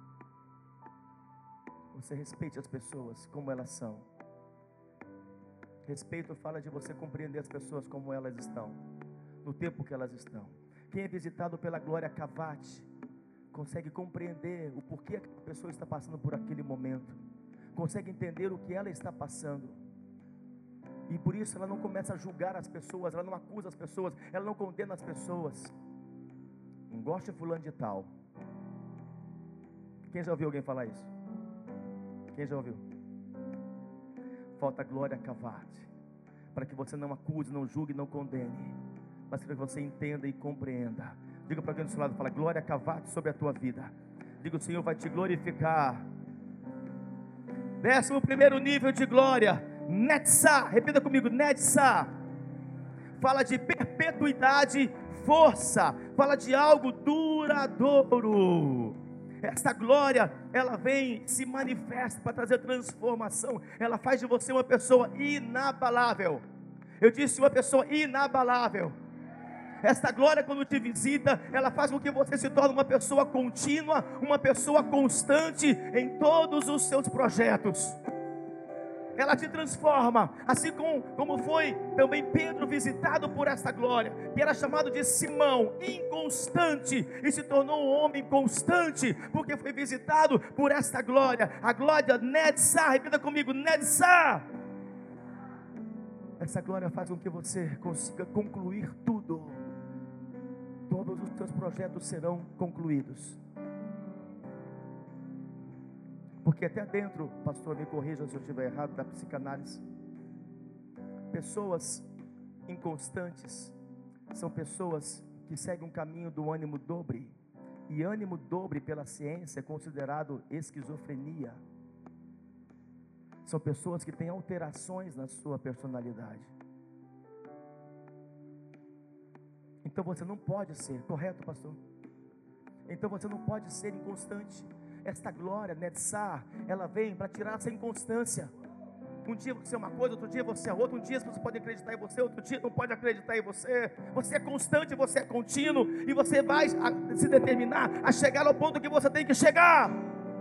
você respeite as pessoas como elas são. Respeito fala de você compreender as pessoas como elas estão, no tempo que elas estão. Quem é visitado pela glória kavate consegue compreender o porquê a pessoa está passando por aquele momento, consegue entender o que ela está passando, e por isso ela não começa a julgar as pessoas, ela não acusa as pessoas, ela não condena as pessoas. Não gosto de fulano de tal. Quem já ouviu alguém falar isso? Quem já ouviu? Falta glória kavate, para que você não acuse, não julgue, não condene, mas para que você entenda e compreenda. Diga para quem do seu lado: fala glória kavate sobre a tua vida. Diga: o Senhor vai te glorificar. Décimo primeiro nível de glória, Netzah. Repita comigo: Netzah. Fala de perpetuidade, força, fala de algo duradouro. Esta glória, ela vem, se manifesta para trazer transformação. Ela faz de você uma pessoa inabalável. Eu disse uma pessoa inabalável. Esta glória, quando te visita, ela faz com que você se torne uma pessoa contínua, uma pessoa constante em todos os seus projetos. Ela te transforma, assim como, como foi também Pedro visitado por esta glória, que era chamado de Simão, inconstante, e se tornou um homem constante, porque foi visitado por esta glória, a glória Netzah. Repita comigo: Netzah. Essa glória faz com que você consiga concluir tudo, todos os teus projetos serão concluídos. Porque até dentro, pastor, me corrija se eu estiver errado, da psicanálise, pessoas inconstantes são pessoas que seguem um caminho do ânimo dobre. E ânimo dobre pela ciência é considerado esquizofrenia. São pessoas que têm alterações na sua personalidade. Então você não pode ser, correto, pastor? Então você não pode ser inconstante. Esta glória, Netzar, ela vem para tirar essa inconstância. Um dia você é uma coisa, outro dia você é outra. Um dia você pode acreditar em você, outro dia não pode acreditar em você. Você é constante, você é contínuo, e você vai se determinar a chegar ao ponto que você tem que chegar.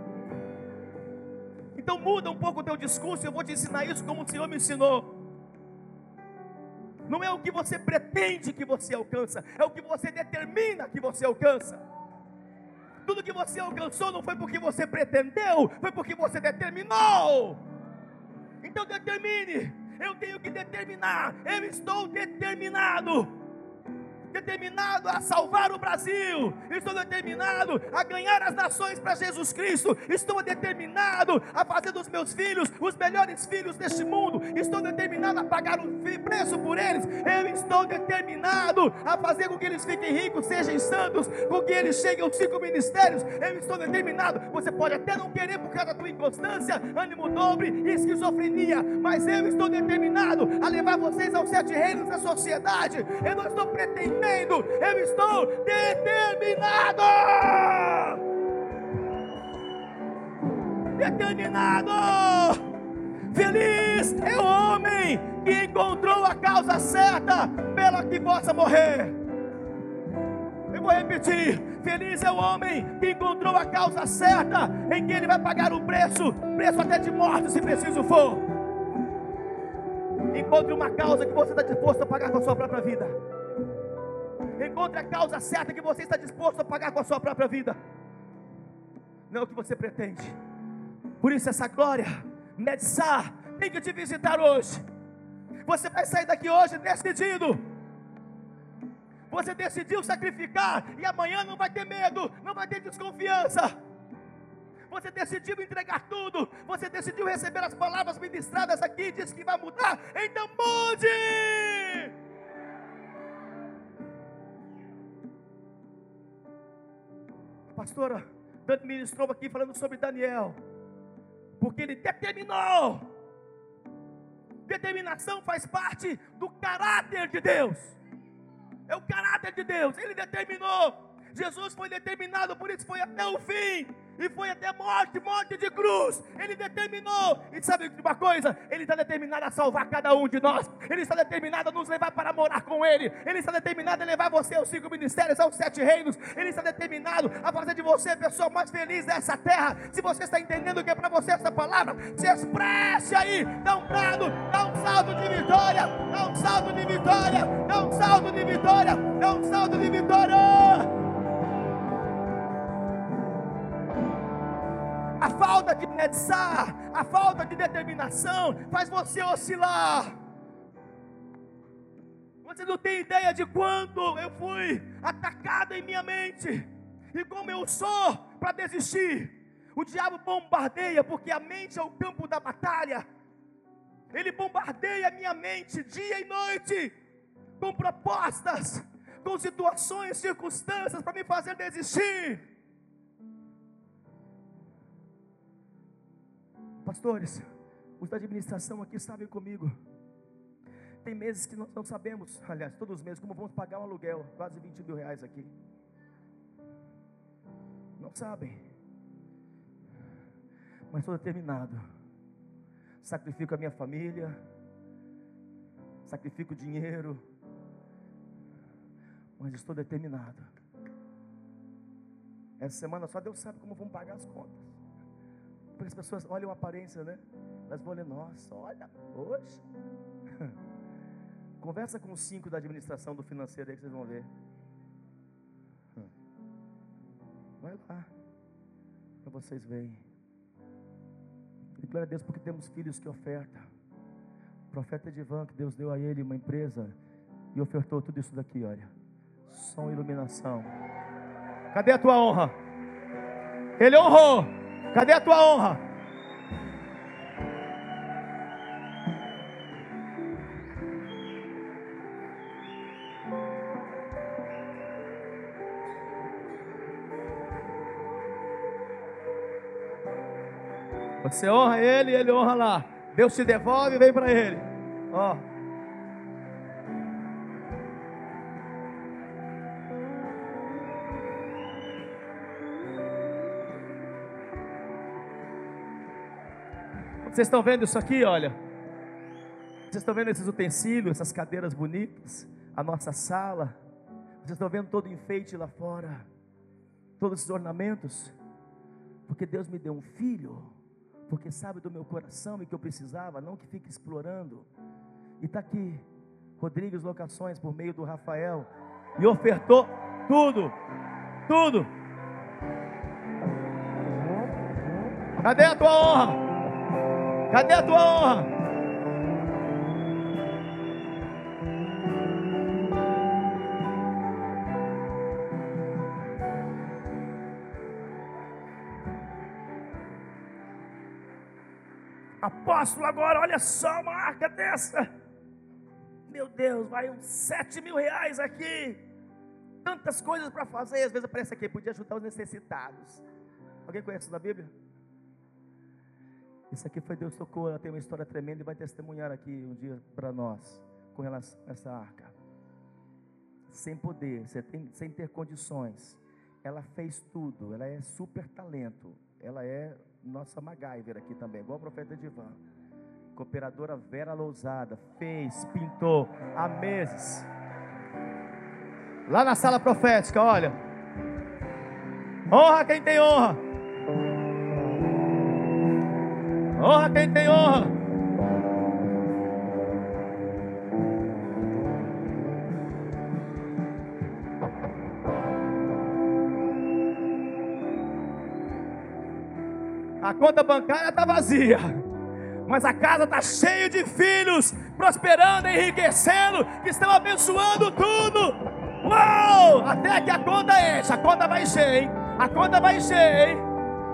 Então muda um pouco o teu discurso. Eu vou te ensinar isso como o Senhor me ensinou. Não é o que você pretende que você alcança, é o que você determina que você alcança. Tudo que você alcançou não foi porque você pretendeu, foi porque você determinou. Então determine. Eu tenho que determinar. Eu estou determinado. Determinado a salvar o Brasil. Estou determinado a ganhar as nações para Jesus Cristo. Estou determinado a fazer dos meus filhos os melhores filhos deste mundo. Estou determinado a pagar o preço por eles. Eu estou determinado a fazer com que eles fiquem ricos, sejam santos, com que eles cheguem aos cinco ministérios. Eu estou determinado. Você pode até não querer por causa da tua inconstância, ânimo dobre e esquizofrenia, mas eu estou determinado a levar vocês aos sete reinos da sociedade. Eu não estou pretendendo, eu estou determinado. Determinado. Feliz é o homem que encontrou a causa certa pela que possa morrer. Eu vou repetir: feliz é o homem que encontrou a causa certa em que ele vai pagar o preço, preço até de morte se preciso for. Encontre uma causa que você está disposto a pagar com a sua própria vida. Encontre a causa certa que você está disposto a pagar com a sua própria vida. Não é o que você pretende. Por isso essa glória, Netzar, tem que te visitar hoje. Você vai sair daqui hoje decidido. Você decidiu sacrificar, e amanhã não vai ter medo, não vai ter desconfiança. Você decidiu entregar tudo. Você decidiu receber as palavras ministradas aqui, diz que vai mudar. Então mude. Pastora Dani ministrou aqui falando sobre Daniel, porque ele determinou. Determinação faz parte do caráter de Deus. É o caráter de Deus. Ele determinou. Jesus foi determinado, por isso foi até o fim. E foi até morte, morte de cruz. Ele determinou. E sabe de uma coisa? Ele está determinado a salvar cada um de nós. Ele está determinado a nos levar para morar com Ele. Ele está determinado a levar você aos cinco ministérios, aos sete reinos. Ele está determinado a fazer de você a pessoa mais feliz dessa terra. Se você está entendendo o que é para você essa palavra, se expresse aí. Dá um brado, dá um salto de vitória. Dá um salto de vitória. Dá um salto de vitória. Dá um salto de vitória. A falta de Netzar, a falta de determinação faz você oscilar. Você não tem ideia de quando eu fui atacado em minha mente e como eu sou para desistir. O diabo bombardeia, porque a mente é o campo da batalha. Ele bombardeia a minha mente dia e noite com propostas, com situações, circunstâncias para me fazer desistir. Pastores, os da administração aqui sabem comigo. Tem meses que nós não sabemos, aliás, todos os meses, como vamos pagar um aluguel, quase vinte mil reais aqui. Não sabem. Mas estou determinado. Sacrifico a minha família, sacrifico dinheiro, mas estou determinado. Essa semana só Deus sabe como vamos pagar as contas. Porque as pessoas olham a aparência, né? Elas vão olhar, nossa, olha, hoje. Conversa com os cinco da administração do financeiro aí que vocês vão ver. Vai lá, para vocês verem. E glória a Deus porque temos filhos que ofertam. O profeta Edivan, que Deus deu a ele uma empresa e ofertou tudo isso daqui, olha. Som e iluminação. Cadê a tua honra? Ele honrou. Cadê a tua honra? Você honra ele, ele honra lá. Deus te devolve e vem para ele. Ó. Vocês estão vendo isso aqui, olha. Vocês estão vendo esses utensílios, essas cadeiras bonitas, a nossa sala. Vocês estão vendo todo o enfeite lá fora, todos esses ornamentos. Porque Deus me deu um filho, porque sabe do meu coração e que eu precisava, não que fique explorando. E está aqui, Rodrigues Locações, por meio do Rafael, e ofertou tudo, tudo. Cadê a tua honra? Cadê a tua honra? Apóstolo, agora olha só uma arca dessa. Meu Deus, vai uns sete mil reais aqui. Tantas coisas para fazer. Às vezes aparece aqui, podia ajudar os necessitados. Alguém conhece isso da Bíblia? Isso aqui foi Deus tocou, ela tem uma história tremenda e vai testemunhar aqui um dia para nós, com relação a essa arca. Sem poder, sem ter condições, ela fez tudo, ela é super talento, ela é nossa MacGyver aqui também, igual o profeta Edivan. Cooperadora Vera Lousada, fez, pintou, há meses. Lá na sala profética, olha. Honra quem tem honra. Honra quem tem honra. A conta bancária está vazia, mas a casa está cheia de filhos, prosperando, enriquecendo, que estão abençoando tudo. Uau! Até que a conta enche, a conta vai encher, hein? A conta vai encher, hein?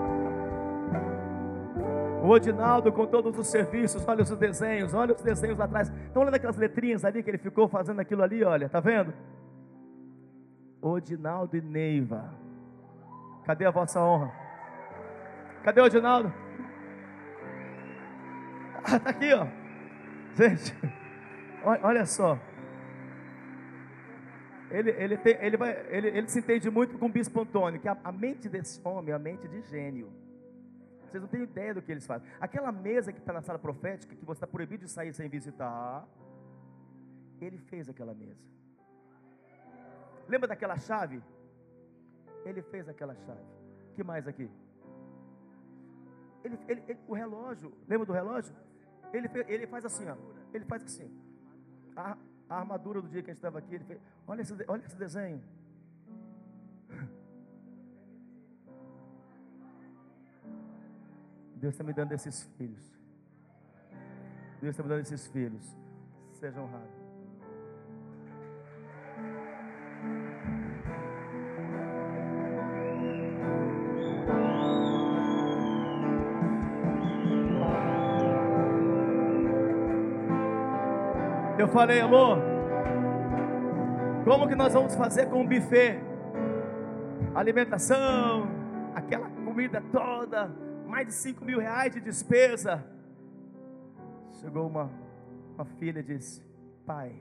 O Odinaldo com todos os serviços, olha os desenhos, olha os desenhos lá atrás. Estão olhando aquelas letrinhas ali que ele ficou fazendo aquilo ali, olha, tá vendo? Odinaldo e Neiva. Cadê a vossa honra? Cadê o Odinaldo? Ah, tá aqui, ó. Gente, olha só. Ele, ele, tem, ele, vai, ele, ele se entende muito com o Bispo Antônio, que a, a mente desse homem é a mente de gênio. Vocês não têm ideia do que eles fazem. Aquela mesa que está na sala profética, que você está proibido de sair sem visitar, ele fez aquela mesa. Lembra daquela chave? Ele fez aquela chave. O que mais aqui? Ele, ele, ele, o relógio, lembra do relógio? Ele, ele faz assim, ó. Ele faz assim. A, a armadura do dia que a gente estava aqui, ele fez. Olha esse, olha esse desenho. Deus está me dando esses filhos. Deus está me dando esses filhos. Seja honrado. Eu falei, amor, como que nós vamos fazer com o buffet? Alimentação, aquela comida toda, mais de cinco mil reais de despesa. Chegou uma, uma filha e disse: pai,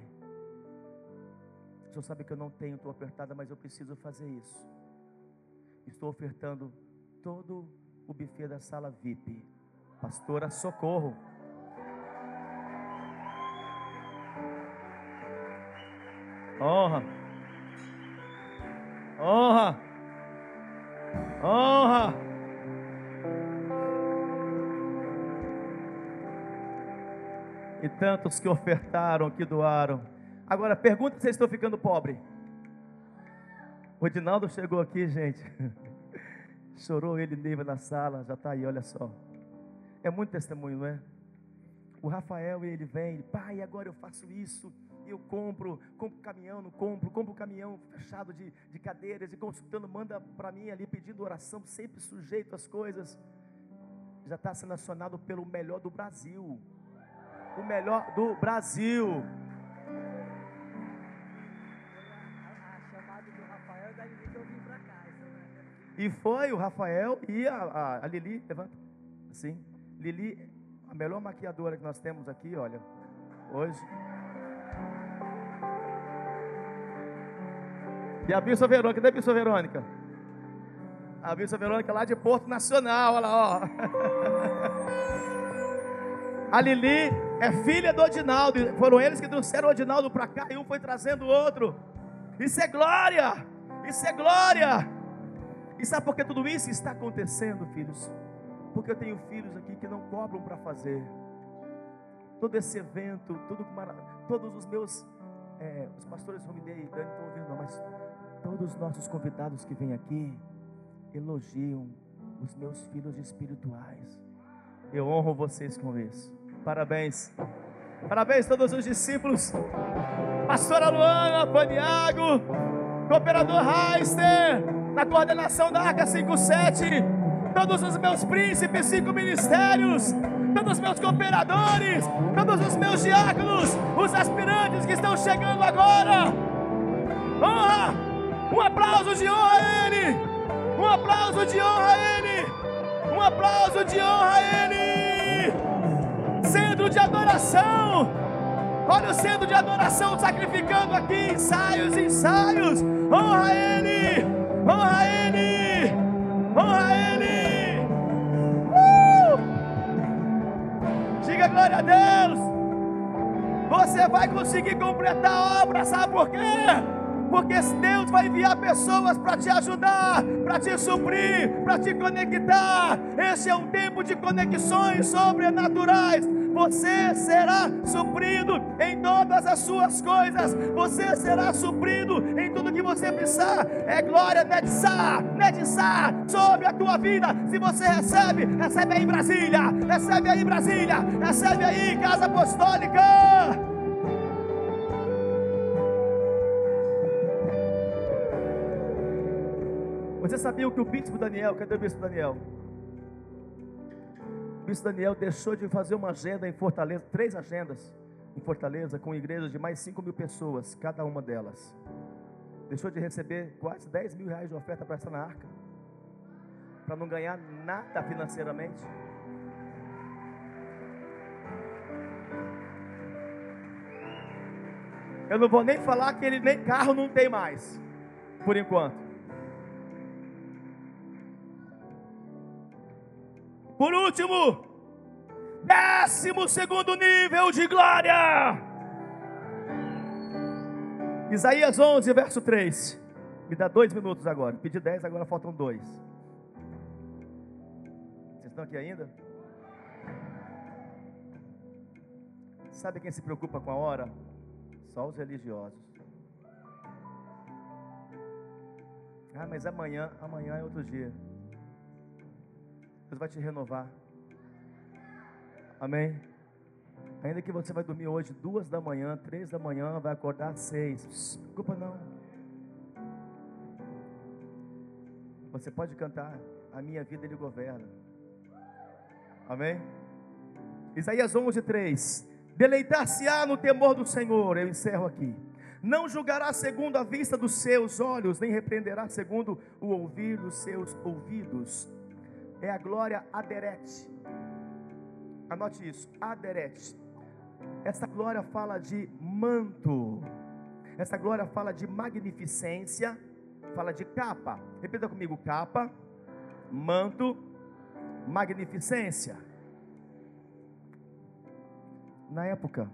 o senhor sabe que eu não tenho, estou apertada, mas eu preciso fazer isso. Estou ofertando todo o buffet da sala V I P. Pastora, socorro. Honra, honra, honra. E tantos que ofertaram, que doaram. Agora pergunta se vocês estão ficando pobres. O Edinaldo chegou aqui, gente. Chorou ele, Neiva, na sala. Já está aí, olha só. É muito testemunho, não é? O Rafael, ele vem, pai, agora eu faço isso. e eu compro, compro caminhão, não compro, compro caminhão fechado de, de cadeiras, e consultando, manda para mim ali pedindo oração, sempre sujeito às coisas. Já está sendo acionado pelo melhor do Brasil, o melhor do Brasil. E foi o Rafael e a, a, a Lili, levanta, assim, Lili, a melhor maquiadora que nós temos aqui, olha, hoje. E a Bispa Verônica, cadê a Bispa Verônica? A Bispa Verônica lá de Porto Nacional, olha lá, ó. A Lili é filha do Odinaldo, foram eles que trouxeram o Odinaldo para cá, e um foi trazendo o outro. Isso é glória, isso é glória. E sabe por que tudo isso está acontecendo, filhos? Porque eu tenho filhos aqui que não cobram para fazer. Todo esse evento, tudo, todos os meus, é, os pastores Rominei e Dani não estão ouvindo não, mas todos os nossos convidados que vêm aqui, elogiam os meus filhos espirituais. Eu honro vocês com isso. Parabéns. Parabéns a todos os discípulos. Pastora Luana, Paniago, Cooperador Heister, na coordenação da Arca cinquenta e sete, todos os meus príncipes, cinco ministérios, todos os meus cooperadores, todos os meus diáconos, os aspirantes que estão chegando agora. Honra! Um aplauso de honra a Ele! Um aplauso de honra a Ele! Um aplauso de honra a Ele! Centro de adoração! Olha o centro de adoração sacrificando aqui, ensaios, ensaios! Honra a Ele! Honra a Ele! Honra a Ele! Uh! Diga glória a Deus! Você vai conseguir completar a obra, sabe por quê? Porque Deus vai enviar pessoas para te ajudar, para te suprir, para te conectar. Esse é um tempo de conexões sobrenaturais. Você será suprido em todas as suas coisas. Você será suprido em tudo que você precisar. É glória, Netissá, Netissá, sobre a tua vida. Se você recebe, recebe aí Brasília, recebe aí Brasília, recebe aí Casa Apostólica. Você sabia que o bispo Daniel, cadê o bispo Daniel? O bispo Daniel deixou de fazer uma agenda em Fortaleza, três agendas em Fortaleza, com igrejas de mais cinco mil pessoas, cada uma delas. Deixou de receber quase dez mil reais de oferta para estar na arca, para não ganhar nada financeiramente. Eu não vou nem falar que ele nem carro não tem mais, por enquanto. Por último, décimo segundo nível de glória. Isaías onze, verso três. Me dá dois minutos agora. Pedi dez, agora faltam dois. Vocês estão aqui ainda? Sabe quem se preocupa com a hora? Só os religiosos. Ah, mas amanhã, amanhã é outro dia. Deus vai te renovar. Amém? Ainda que você vai dormir hoje duas da manhã, três da manhã, vai acordar às seis. Não se preocupa não. Você pode cantar: a minha vida Ele governa. Amém? Isaías onze, três. Deleitar-se-á no temor do Senhor. Eu encerro aqui. Não julgará segundo a vista dos seus olhos, nem repreenderá segundo o ouvir dos seus ouvidos. É a glória aderete. Anote isso, aderete. Essa glória fala de manto. Essa glória fala de magnificência. Fala de capa. Repita comigo: capa, manto, magnificência. Na época,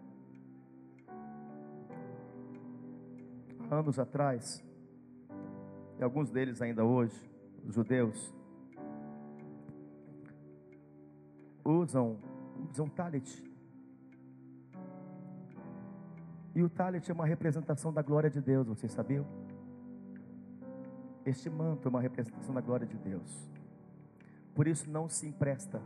anos atrás, e alguns deles ainda hoje, os judeus, usam, usam talit. E o talit é uma representação da glória de Deus, vocês sabiam? Este manto é uma representação da glória de Deus. Por isso não se empresta.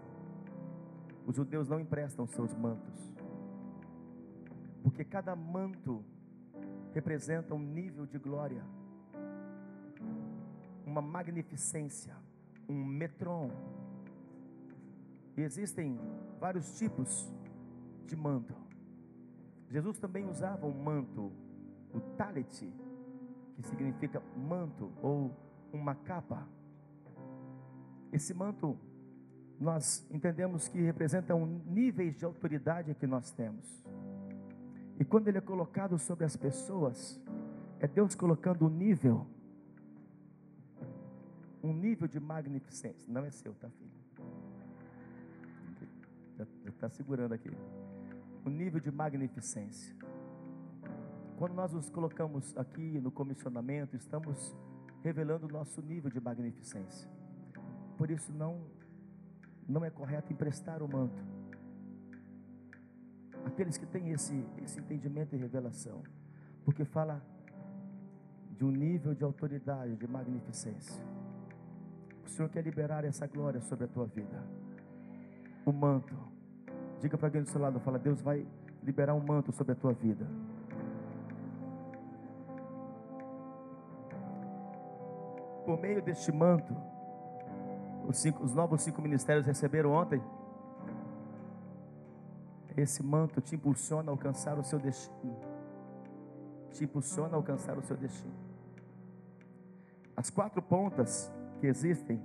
Os judeus não emprestam seus mantos, porque cada manto representa um nível de glória, uma magnificência, um metron. E existem vários tipos de manto. Jesus também usava um manto, o talit, que significa manto ou uma capa. Esse manto, nós entendemos que representa um níveis de autoridade que nós temos. E quando ele é colocado sobre as pessoas, é Deus colocando um nível, um nível de magnificência. Não é seu, tá, filho? Já está segurando aqui. Um nível de magnificência. Quando nós nos colocamos aqui no comissionamento, estamos revelando o nosso nível de magnificência. Por isso não, não é correto emprestar o manto. Aqueles que têm esse, esse entendimento e revelação, porque fala de um nível de autoridade, de magnificência. O Senhor quer liberar essa glória sobre a tua vida. O manto. Diga para alguém do seu lado, fala, Deus vai liberar um manto sobre a tua vida. Por meio deste manto, os, cinco, os novos cinco ministérios receberam ontem. Esse manto te impulsiona a alcançar o seu destino. Te impulsiona a alcançar o seu destino. As quatro pontas que existem,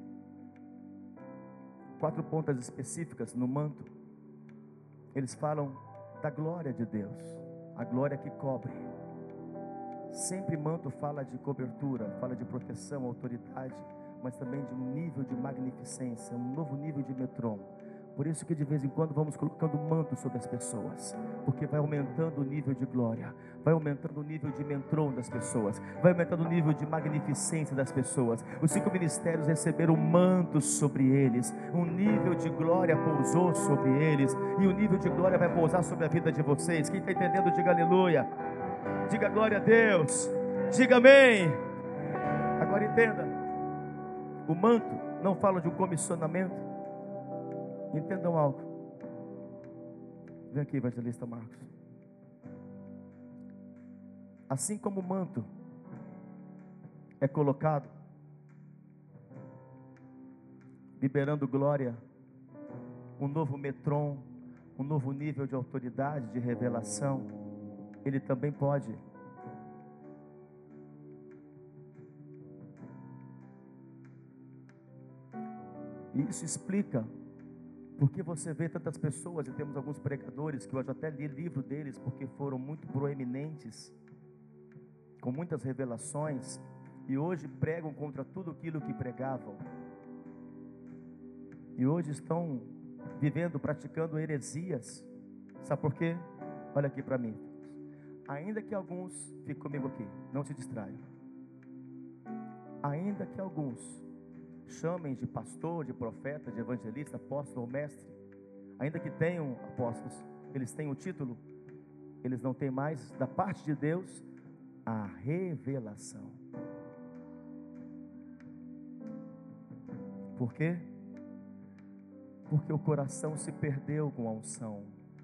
quatro pontas específicas no manto, eles falam da glória de Deus, a glória que cobre. Sempre manto fala de cobertura, fala de proteção, autoridade, mas também de um nível de magnificência, um novo nível de metron. Por isso que de vez em quando vamos colocando manto sobre as pessoas, porque vai aumentando o nível de glória, vai aumentando o nível de metron das pessoas, vai aumentando o nível de magnificência das pessoas. Os cinco ministérios receberam mantos sobre eles, um nível de glória pousou sobre eles, e o nível de glória vai pousar sobre a vida de vocês. Quem está entendendo, diga aleluia, diga glória a Deus, diga amém. Agora entenda, o manto não fala de um comissionamento. Entendam algo. Vem aqui, evangelista Marcos. Assim como o manto é colocado, liberando glória, um novo metron, um novo nível de autoridade, de revelação, ele também pode e isso explica porque você vê tantas pessoas, e temos alguns pregadores que eu já até li livro deles, porque foram muito proeminentes, com muitas revelações, e hoje pregam contra tudo aquilo que pregavam, e hoje estão vivendo, praticando heresias. Sabe por quê? Olha aqui para mim. Ainda que alguns, fique comigo aqui, não se distraiam. Ainda que alguns chamem de pastor, de profeta, de evangelista, apóstolo ou mestre, ainda que tenham apóstolos, eles têm o título, eles não têm mais da parte de Deus a revelação. Por quê? Porque o coração se perdeu com a unção,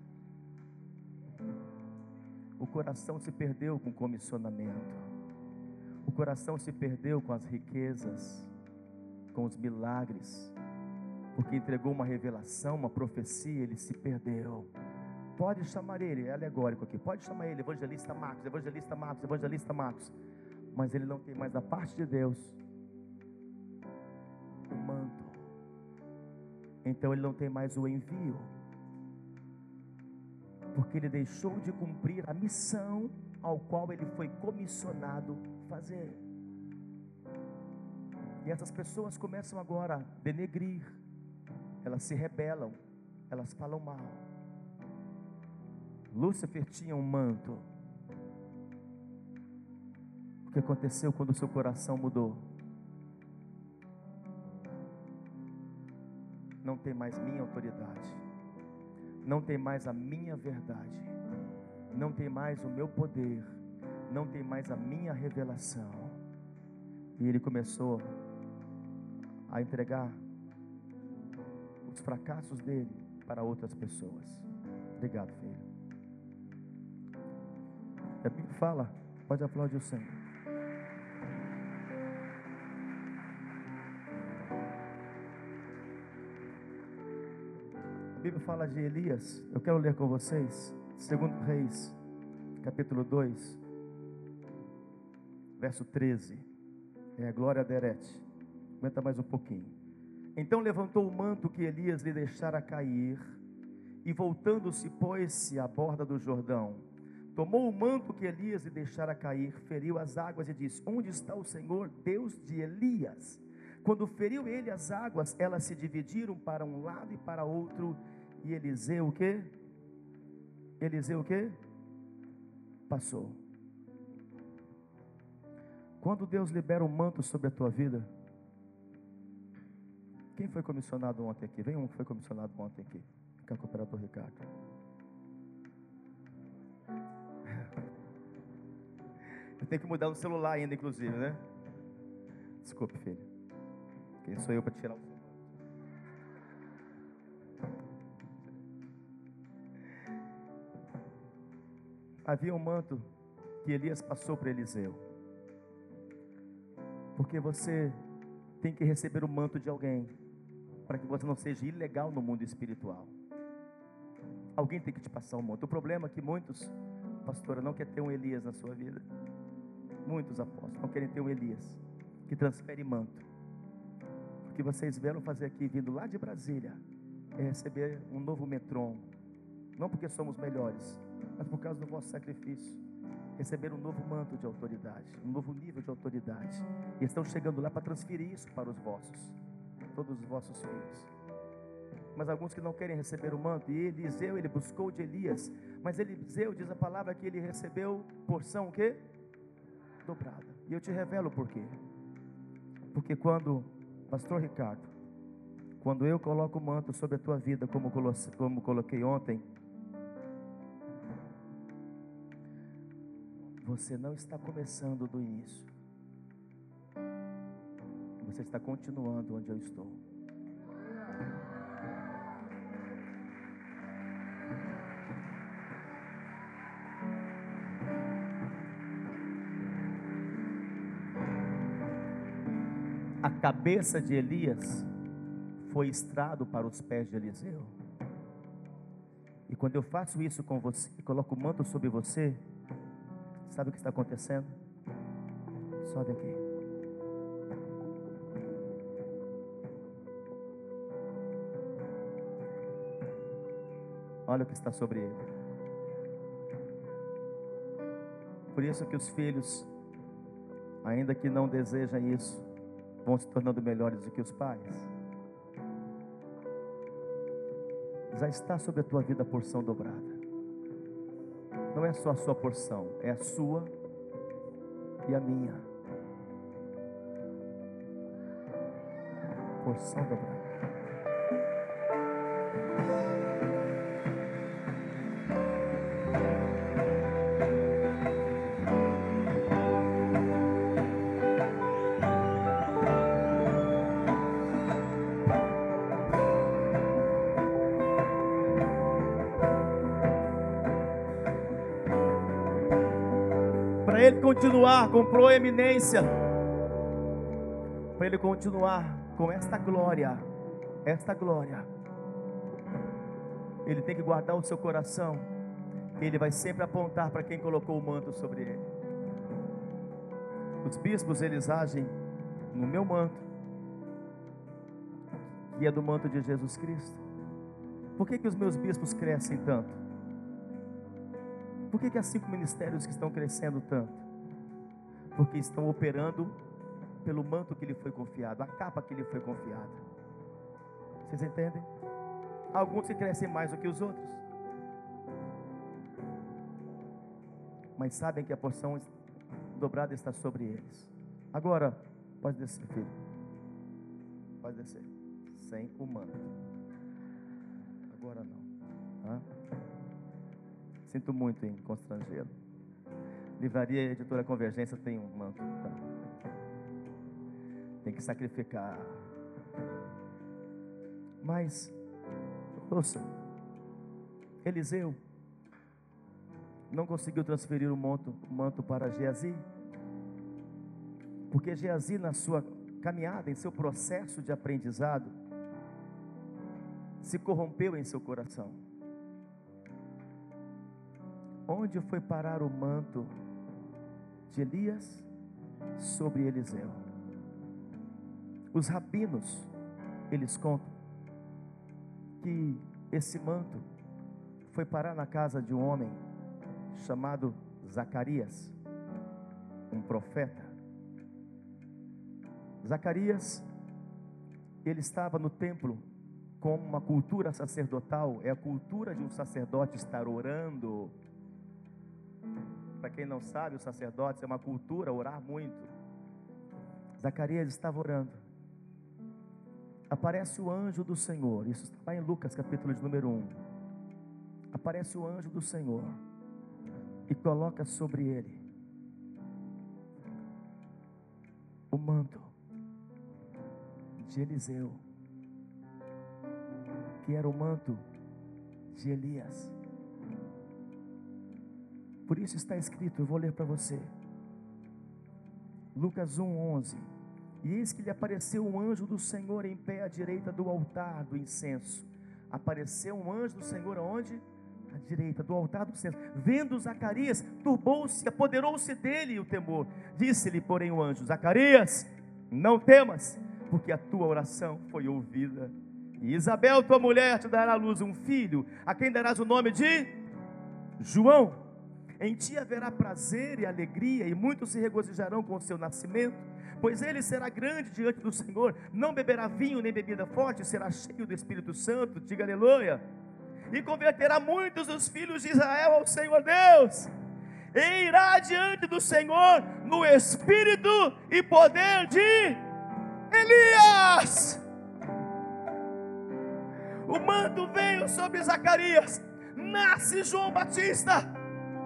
o coração se perdeu com o comissionamento, o coração se perdeu com as riquezas, com os milagres, porque entregou uma revelação, uma profecia, ele se perdeu. Pode chamar ele, é alegórico aqui, pode chamar ele evangelista Marcos, evangelista Marcos, evangelista Marcos, mas ele não tem mais da parte de Deus o manto, então ele não tem mais o envio, porque ele deixou de cumprir a missão ao qual ele foi comissionado fazer. E essas pessoas começam agora a denegrir, elas se rebelam, elas falam mal. Lúcifer tinha um manto. O que aconteceu quando o seu coração mudou? Não tem mais minha autoridade, não tem mais a minha verdade, não tem mais o meu poder, não tem mais a minha revelação. E ele começou a entregar os fracassos dele para outras pessoas. Obrigado, filho. A Bíblia fala Pode aplaudir o Senhor. A Bíblia fala de Elias. Eu quero ler com vocês Segundo Reis, capítulo dois, verso treze. É a glória de Erete. Aguenta mais um pouquinho. Então levantou o manto que Elias lhe deixara cair, e voltando-se, pôs-se à borda do Jordão. Tomou o manto que Elias lhe deixara cair, feriu as águas e disse: onde está o Senhor, Deus de Elias? Quando feriu ele as águas, elas se dividiram para um lado e para outro, e Eliseu o quê? Eliseu o quê? Passou. Quando Deus libera um manto sobre a tua vida, quem foi comissionado ontem aqui? Vem um que foi comissionado ontem aqui. Fica com o operador Ricardo. Eu tenho que mudar no celular ainda, inclusive, né? Desculpe, filho. Quem sou eu para tirar o celular? Havia um manto que Elias passou para Eliseu. Porque você tem que receber o manto de alguém, para que você não seja ilegal no mundo espiritual. Alguém tem que te passar o manto. O problema é que muitos, pastora, não quer ter um Elias na sua vida. Muitos apóstolos não querem ter um Elias que transfere manto. O que vocês vieram fazer aqui, vindo lá de Brasília, é receber um novo Metron. Não porque somos melhores, mas por causa do vosso sacrifício. Receber um novo manto de autoridade, um novo nível de autoridade. E estão chegando lá para transferir isso para os vossos, todos os vossos filhos. Mas alguns que não querem receber o manto, e Eliseu, ele buscou de Elias, mas Eliseu diz a palavra que ele recebeu porção o quê? Dobrada. E eu te revelo por quê. Porque quando, pastor Ricardo, quando eu coloco o manto sobre a tua vida, como, como coloquei ontem, você não está começando do início. Você está continuando onde eu estou. A cabeça de Elias foi estrado para os pés de Eliseu. E quando eu faço isso com você, coloco o manto sobre você, sabe o que está acontecendo? Sobe aqui. Olha o que está sobre ele. Por isso que os filhos, ainda que não desejam isso, vão se tornando melhores do que os pais. Já está sobre a tua vida a porção dobrada. Não é só a sua porção, é a sua e a minha. Porção dobrada. Para ele continuar com proeminência, para ele continuar com esta glória, esta glória, ele tem que guardar o seu coração. Ele vai sempre apontar para quem colocou o manto sobre ele. Os bispos, eles agem no meu manto, que é do manto de Jesus Cristo. Por que que os meus bispos crescem tanto? Por que que há cinco ministérios que estão crescendo tanto? Porque estão operando pelo manto que lhe foi confiado, a capa que lhe foi confiada. Vocês entendem? Alguns que crescem mais do que os outros, mas sabem que a porção dobrada está sobre eles. Agora, pode descer, filho. Pode descer. Sem o manto. Agora não. Hã? Sinto muito em constrangê-lo. Livraria e Editora Convergência tem um manto. Tá? Tem que sacrificar. Mas, ouça, Eliseu, não conseguiu transferir o manto, o manto para Geazi, porque Geazi, na sua caminhada, em seu processo de aprendizado, se corrompeu em seu coração. Onde foi parar o manto de Elias sobre Eliseu? Os rabinos, eles contam que esse manto foi parar na casa de um homem chamado Zacarias, um profeta. Zacarias, ele estava no templo com uma cultura sacerdotal, é a cultura de um sacerdote estar orando. Para quem não sabe, os sacerdotes é uma cultura, orar muito. Zacarias estava orando. Aparece o anjo do Senhor, isso está em Lucas capítulo de número um. Aparece o anjo do Senhor e coloca sobre ele o manto de Eliseu, que era o manto de Elias. Por isso está escrito, eu vou ler para você, Lucas um, onze. E eis que lhe apareceu um anjo do Senhor em pé à direita do altar do incenso. Apareceu um anjo do Senhor aonde? À direita do altar do incenso. Vendo Zacarias, turbou-se, apoderou-se dele o temor. Disse-lhe, porém, o anjo: Zacarias, não temas, porque a tua oração foi ouvida. E Isabel, tua mulher, te dará à luz um filho, a quem darás o nome de João. Em ti haverá prazer e alegria, e muitos se regozijarão com o seu nascimento, pois ele será grande diante do Senhor, não beberá vinho nem bebida forte, será cheio do Espírito Santo, diga aleluia, e converterá muitos dos filhos de Israel ao Senhor Deus, e irá diante do Senhor no espírito e poder de Elias. O manto veio sobre Zacarias, nasce João Batista,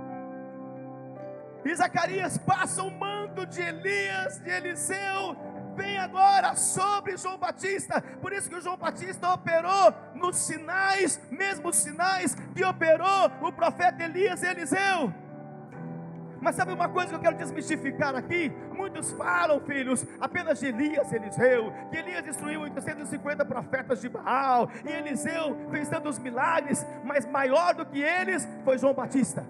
e Zacarias passa o manto de Elias, de Eliseu, vem agora sobre João Batista. Por isso que o João Batista operou nos sinais, mesmos sinais que operou o profeta Elias e Eliseu. Mas sabe uma coisa que eu quero desmistificar aqui? Muitos falam, filhos, apenas de Elias e Eliseu, que Elias destruiu oitocentos e cinquenta profetas de Baal, e Eliseu fez tantos milagres, mas maior do que eles foi João Batista.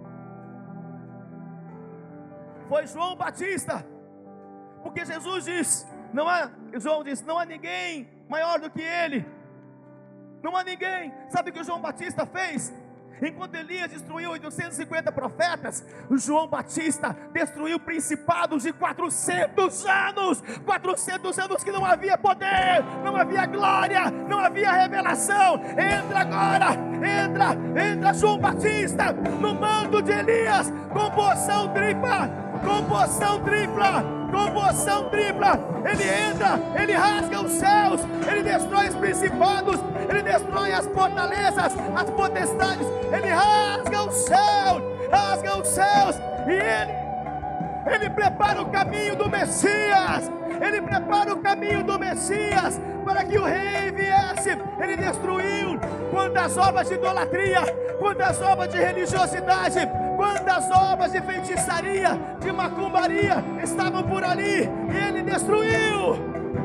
Foi João Batista, porque Jesus diz, não há, João diz, não há ninguém maior do que ele, não há ninguém. Sabe o que o João Batista fez? Enquanto Elias destruiu oitocentos e cinquenta profetas, o João Batista destruiu principados de quatrocentos anos, quatrocentos anos que não havia poder, não havia glória, não havia revelação. Entra agora, entra, entra João Batista no manto de Elias, com porção tripla, com porção tripla, com porção tripla. Ele entra, ele rasga os céus, ele destrói os principados, ele destrói as fortalezas, as potestades, ele rasga os céus, rasga os céus, e ele, ele prepara o caminho do Messias, ele prepara o caminho do Messias, para que o rei viesse. Ele destruiu quantas obras de idolatria, quantas obras de religiosidade, quantas obras de feitiçaria, de macumbaria estavam por ali, e ele destruiu.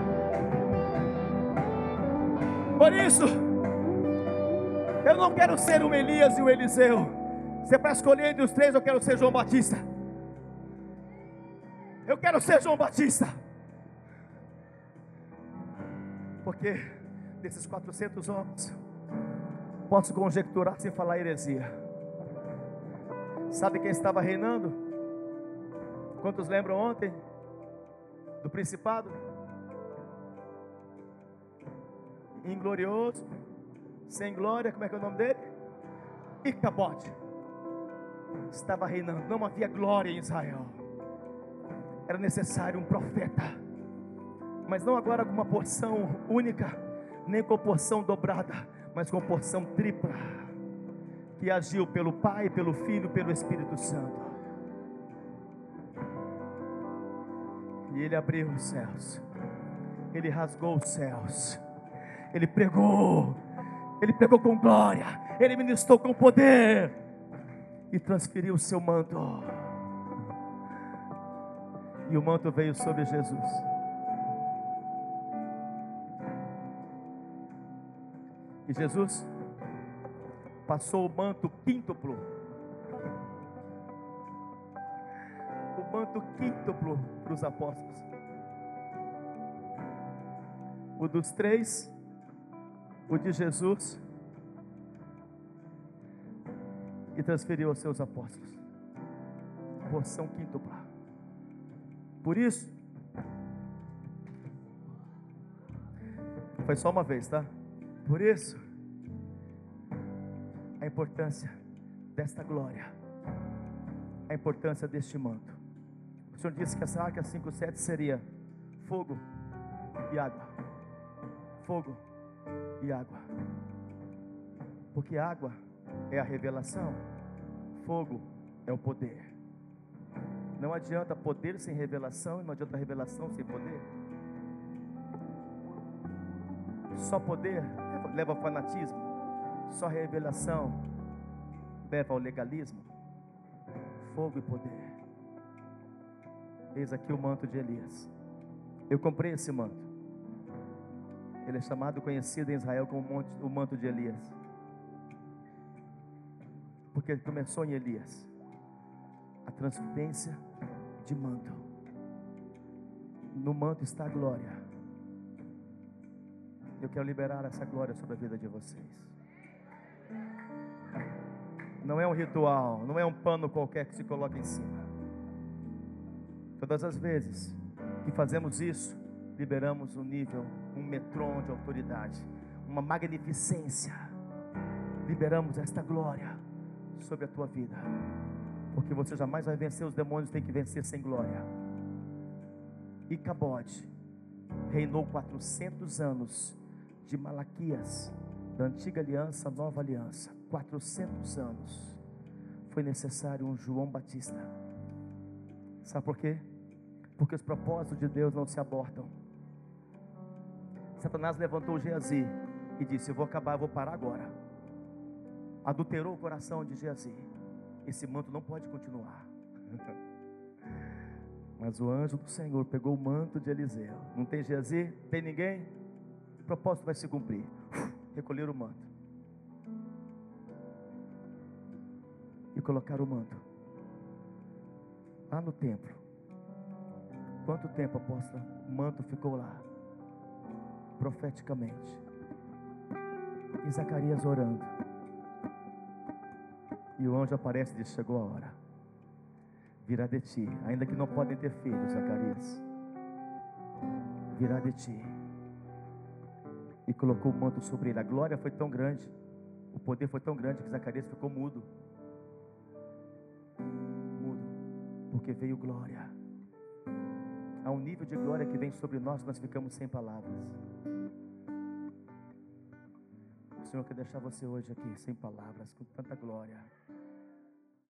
Por isso, eu não quero ser o Elias e o Eliseu. Se é para escolher entre os três, eu quero ser João Batista. Eu quero ser João Batista. Porque desses quatrocentos homens, posso conjecturar sem falar heresia. Sabe quem estava reinando? Quantos lembram ontem do principado? Inglorioso, sem glória, como é que é o nome dele? Icabote. Estava reinando, não havia glória em Israel. Era necessário um profeta, mas não agora com uma porção única, nem com porção dobrada, mas com porção tripla, que agiu pelo Pai, pelo Filho, pelo Espírito Santo. E ele abriu os céus, ele rasgou os céus, ele pregou, ele pregou com glória, ele ministrou com poder, e transferiu o seu manto. E o manto veio sobre Jesus. E Jesus passou o manto quíntuplo. O manto quíntuplo para os apóstolos. O dos três, o de Jesus, e transferiu aos seus apóstolos. Porção quíntupla. Por isso, foi só uma vez, tá? Por isso, a importância desta glória, a importância deste manto. O Senhor disse que essa arca cinco sete seria fogo e água. Fogo e água. Porque água é a revelação, fogo é o poder. Não adianta poder sem revelação, e não adianta revelação sem poder. Só poder leva ao fanatismo, só revelação leva ao legalismo. Fogo e poder. Eis aqui o manto de Elias. Eu comprei esse manto. Ele é chamado, conhecido em Israel como o manto de Elias, porque ele começou em Elias a transferência de manto. No manto está a glória. Eu quero liberar essa glória sobre a vida de vocês. Não é um ritual, não é um pano qualquer que se coloca em cima. Todas as vezes que fazemos isso, liberamos um nível, um metron de autoridade, uma magnificência. Liberamos esta glória sobre a tua vida, porque você jamais vai vencer os demônios, tem que vencer sem glória. Icabode reinou quatrocentos anos, de Malaquias, da antiga aliança à nova aliança. Quatrocentos anos foi necessário um João Batista. Sabe por quê? Porque os propósitos de Deus não se abortam. Satanás levantou Geazi e disse: eu vou acabar, eu vou parar agora. Adulterou o coração de Geazi. Esse manto não pode continuar. Mas o anjo do Senhor pegou o manto de Eliseu. Não tem Geazi? Tem ninguém? O propósito vai se cumprir. Recolher o manto e colocar o manto lá no templo. Quanto tempo, apóstolo, o manto ficou lá? Profeticamente. E Zacarias orando. E o anjo aparece e diz: chegou a hora. Virá de ti, ainda que não podem ter filhos, Zacarias. Virá de ti. E colocou o manto sobre ele. A glória foi tão grande, o poder foi tão grande que Zacarias ficou mudo. Mudo, porque veio glória. Há um nível de glória que vem sobre nós, nós ficamos sem palavras. O Senhor quer deixar você hoje aqui sem palavras, com tanta glória.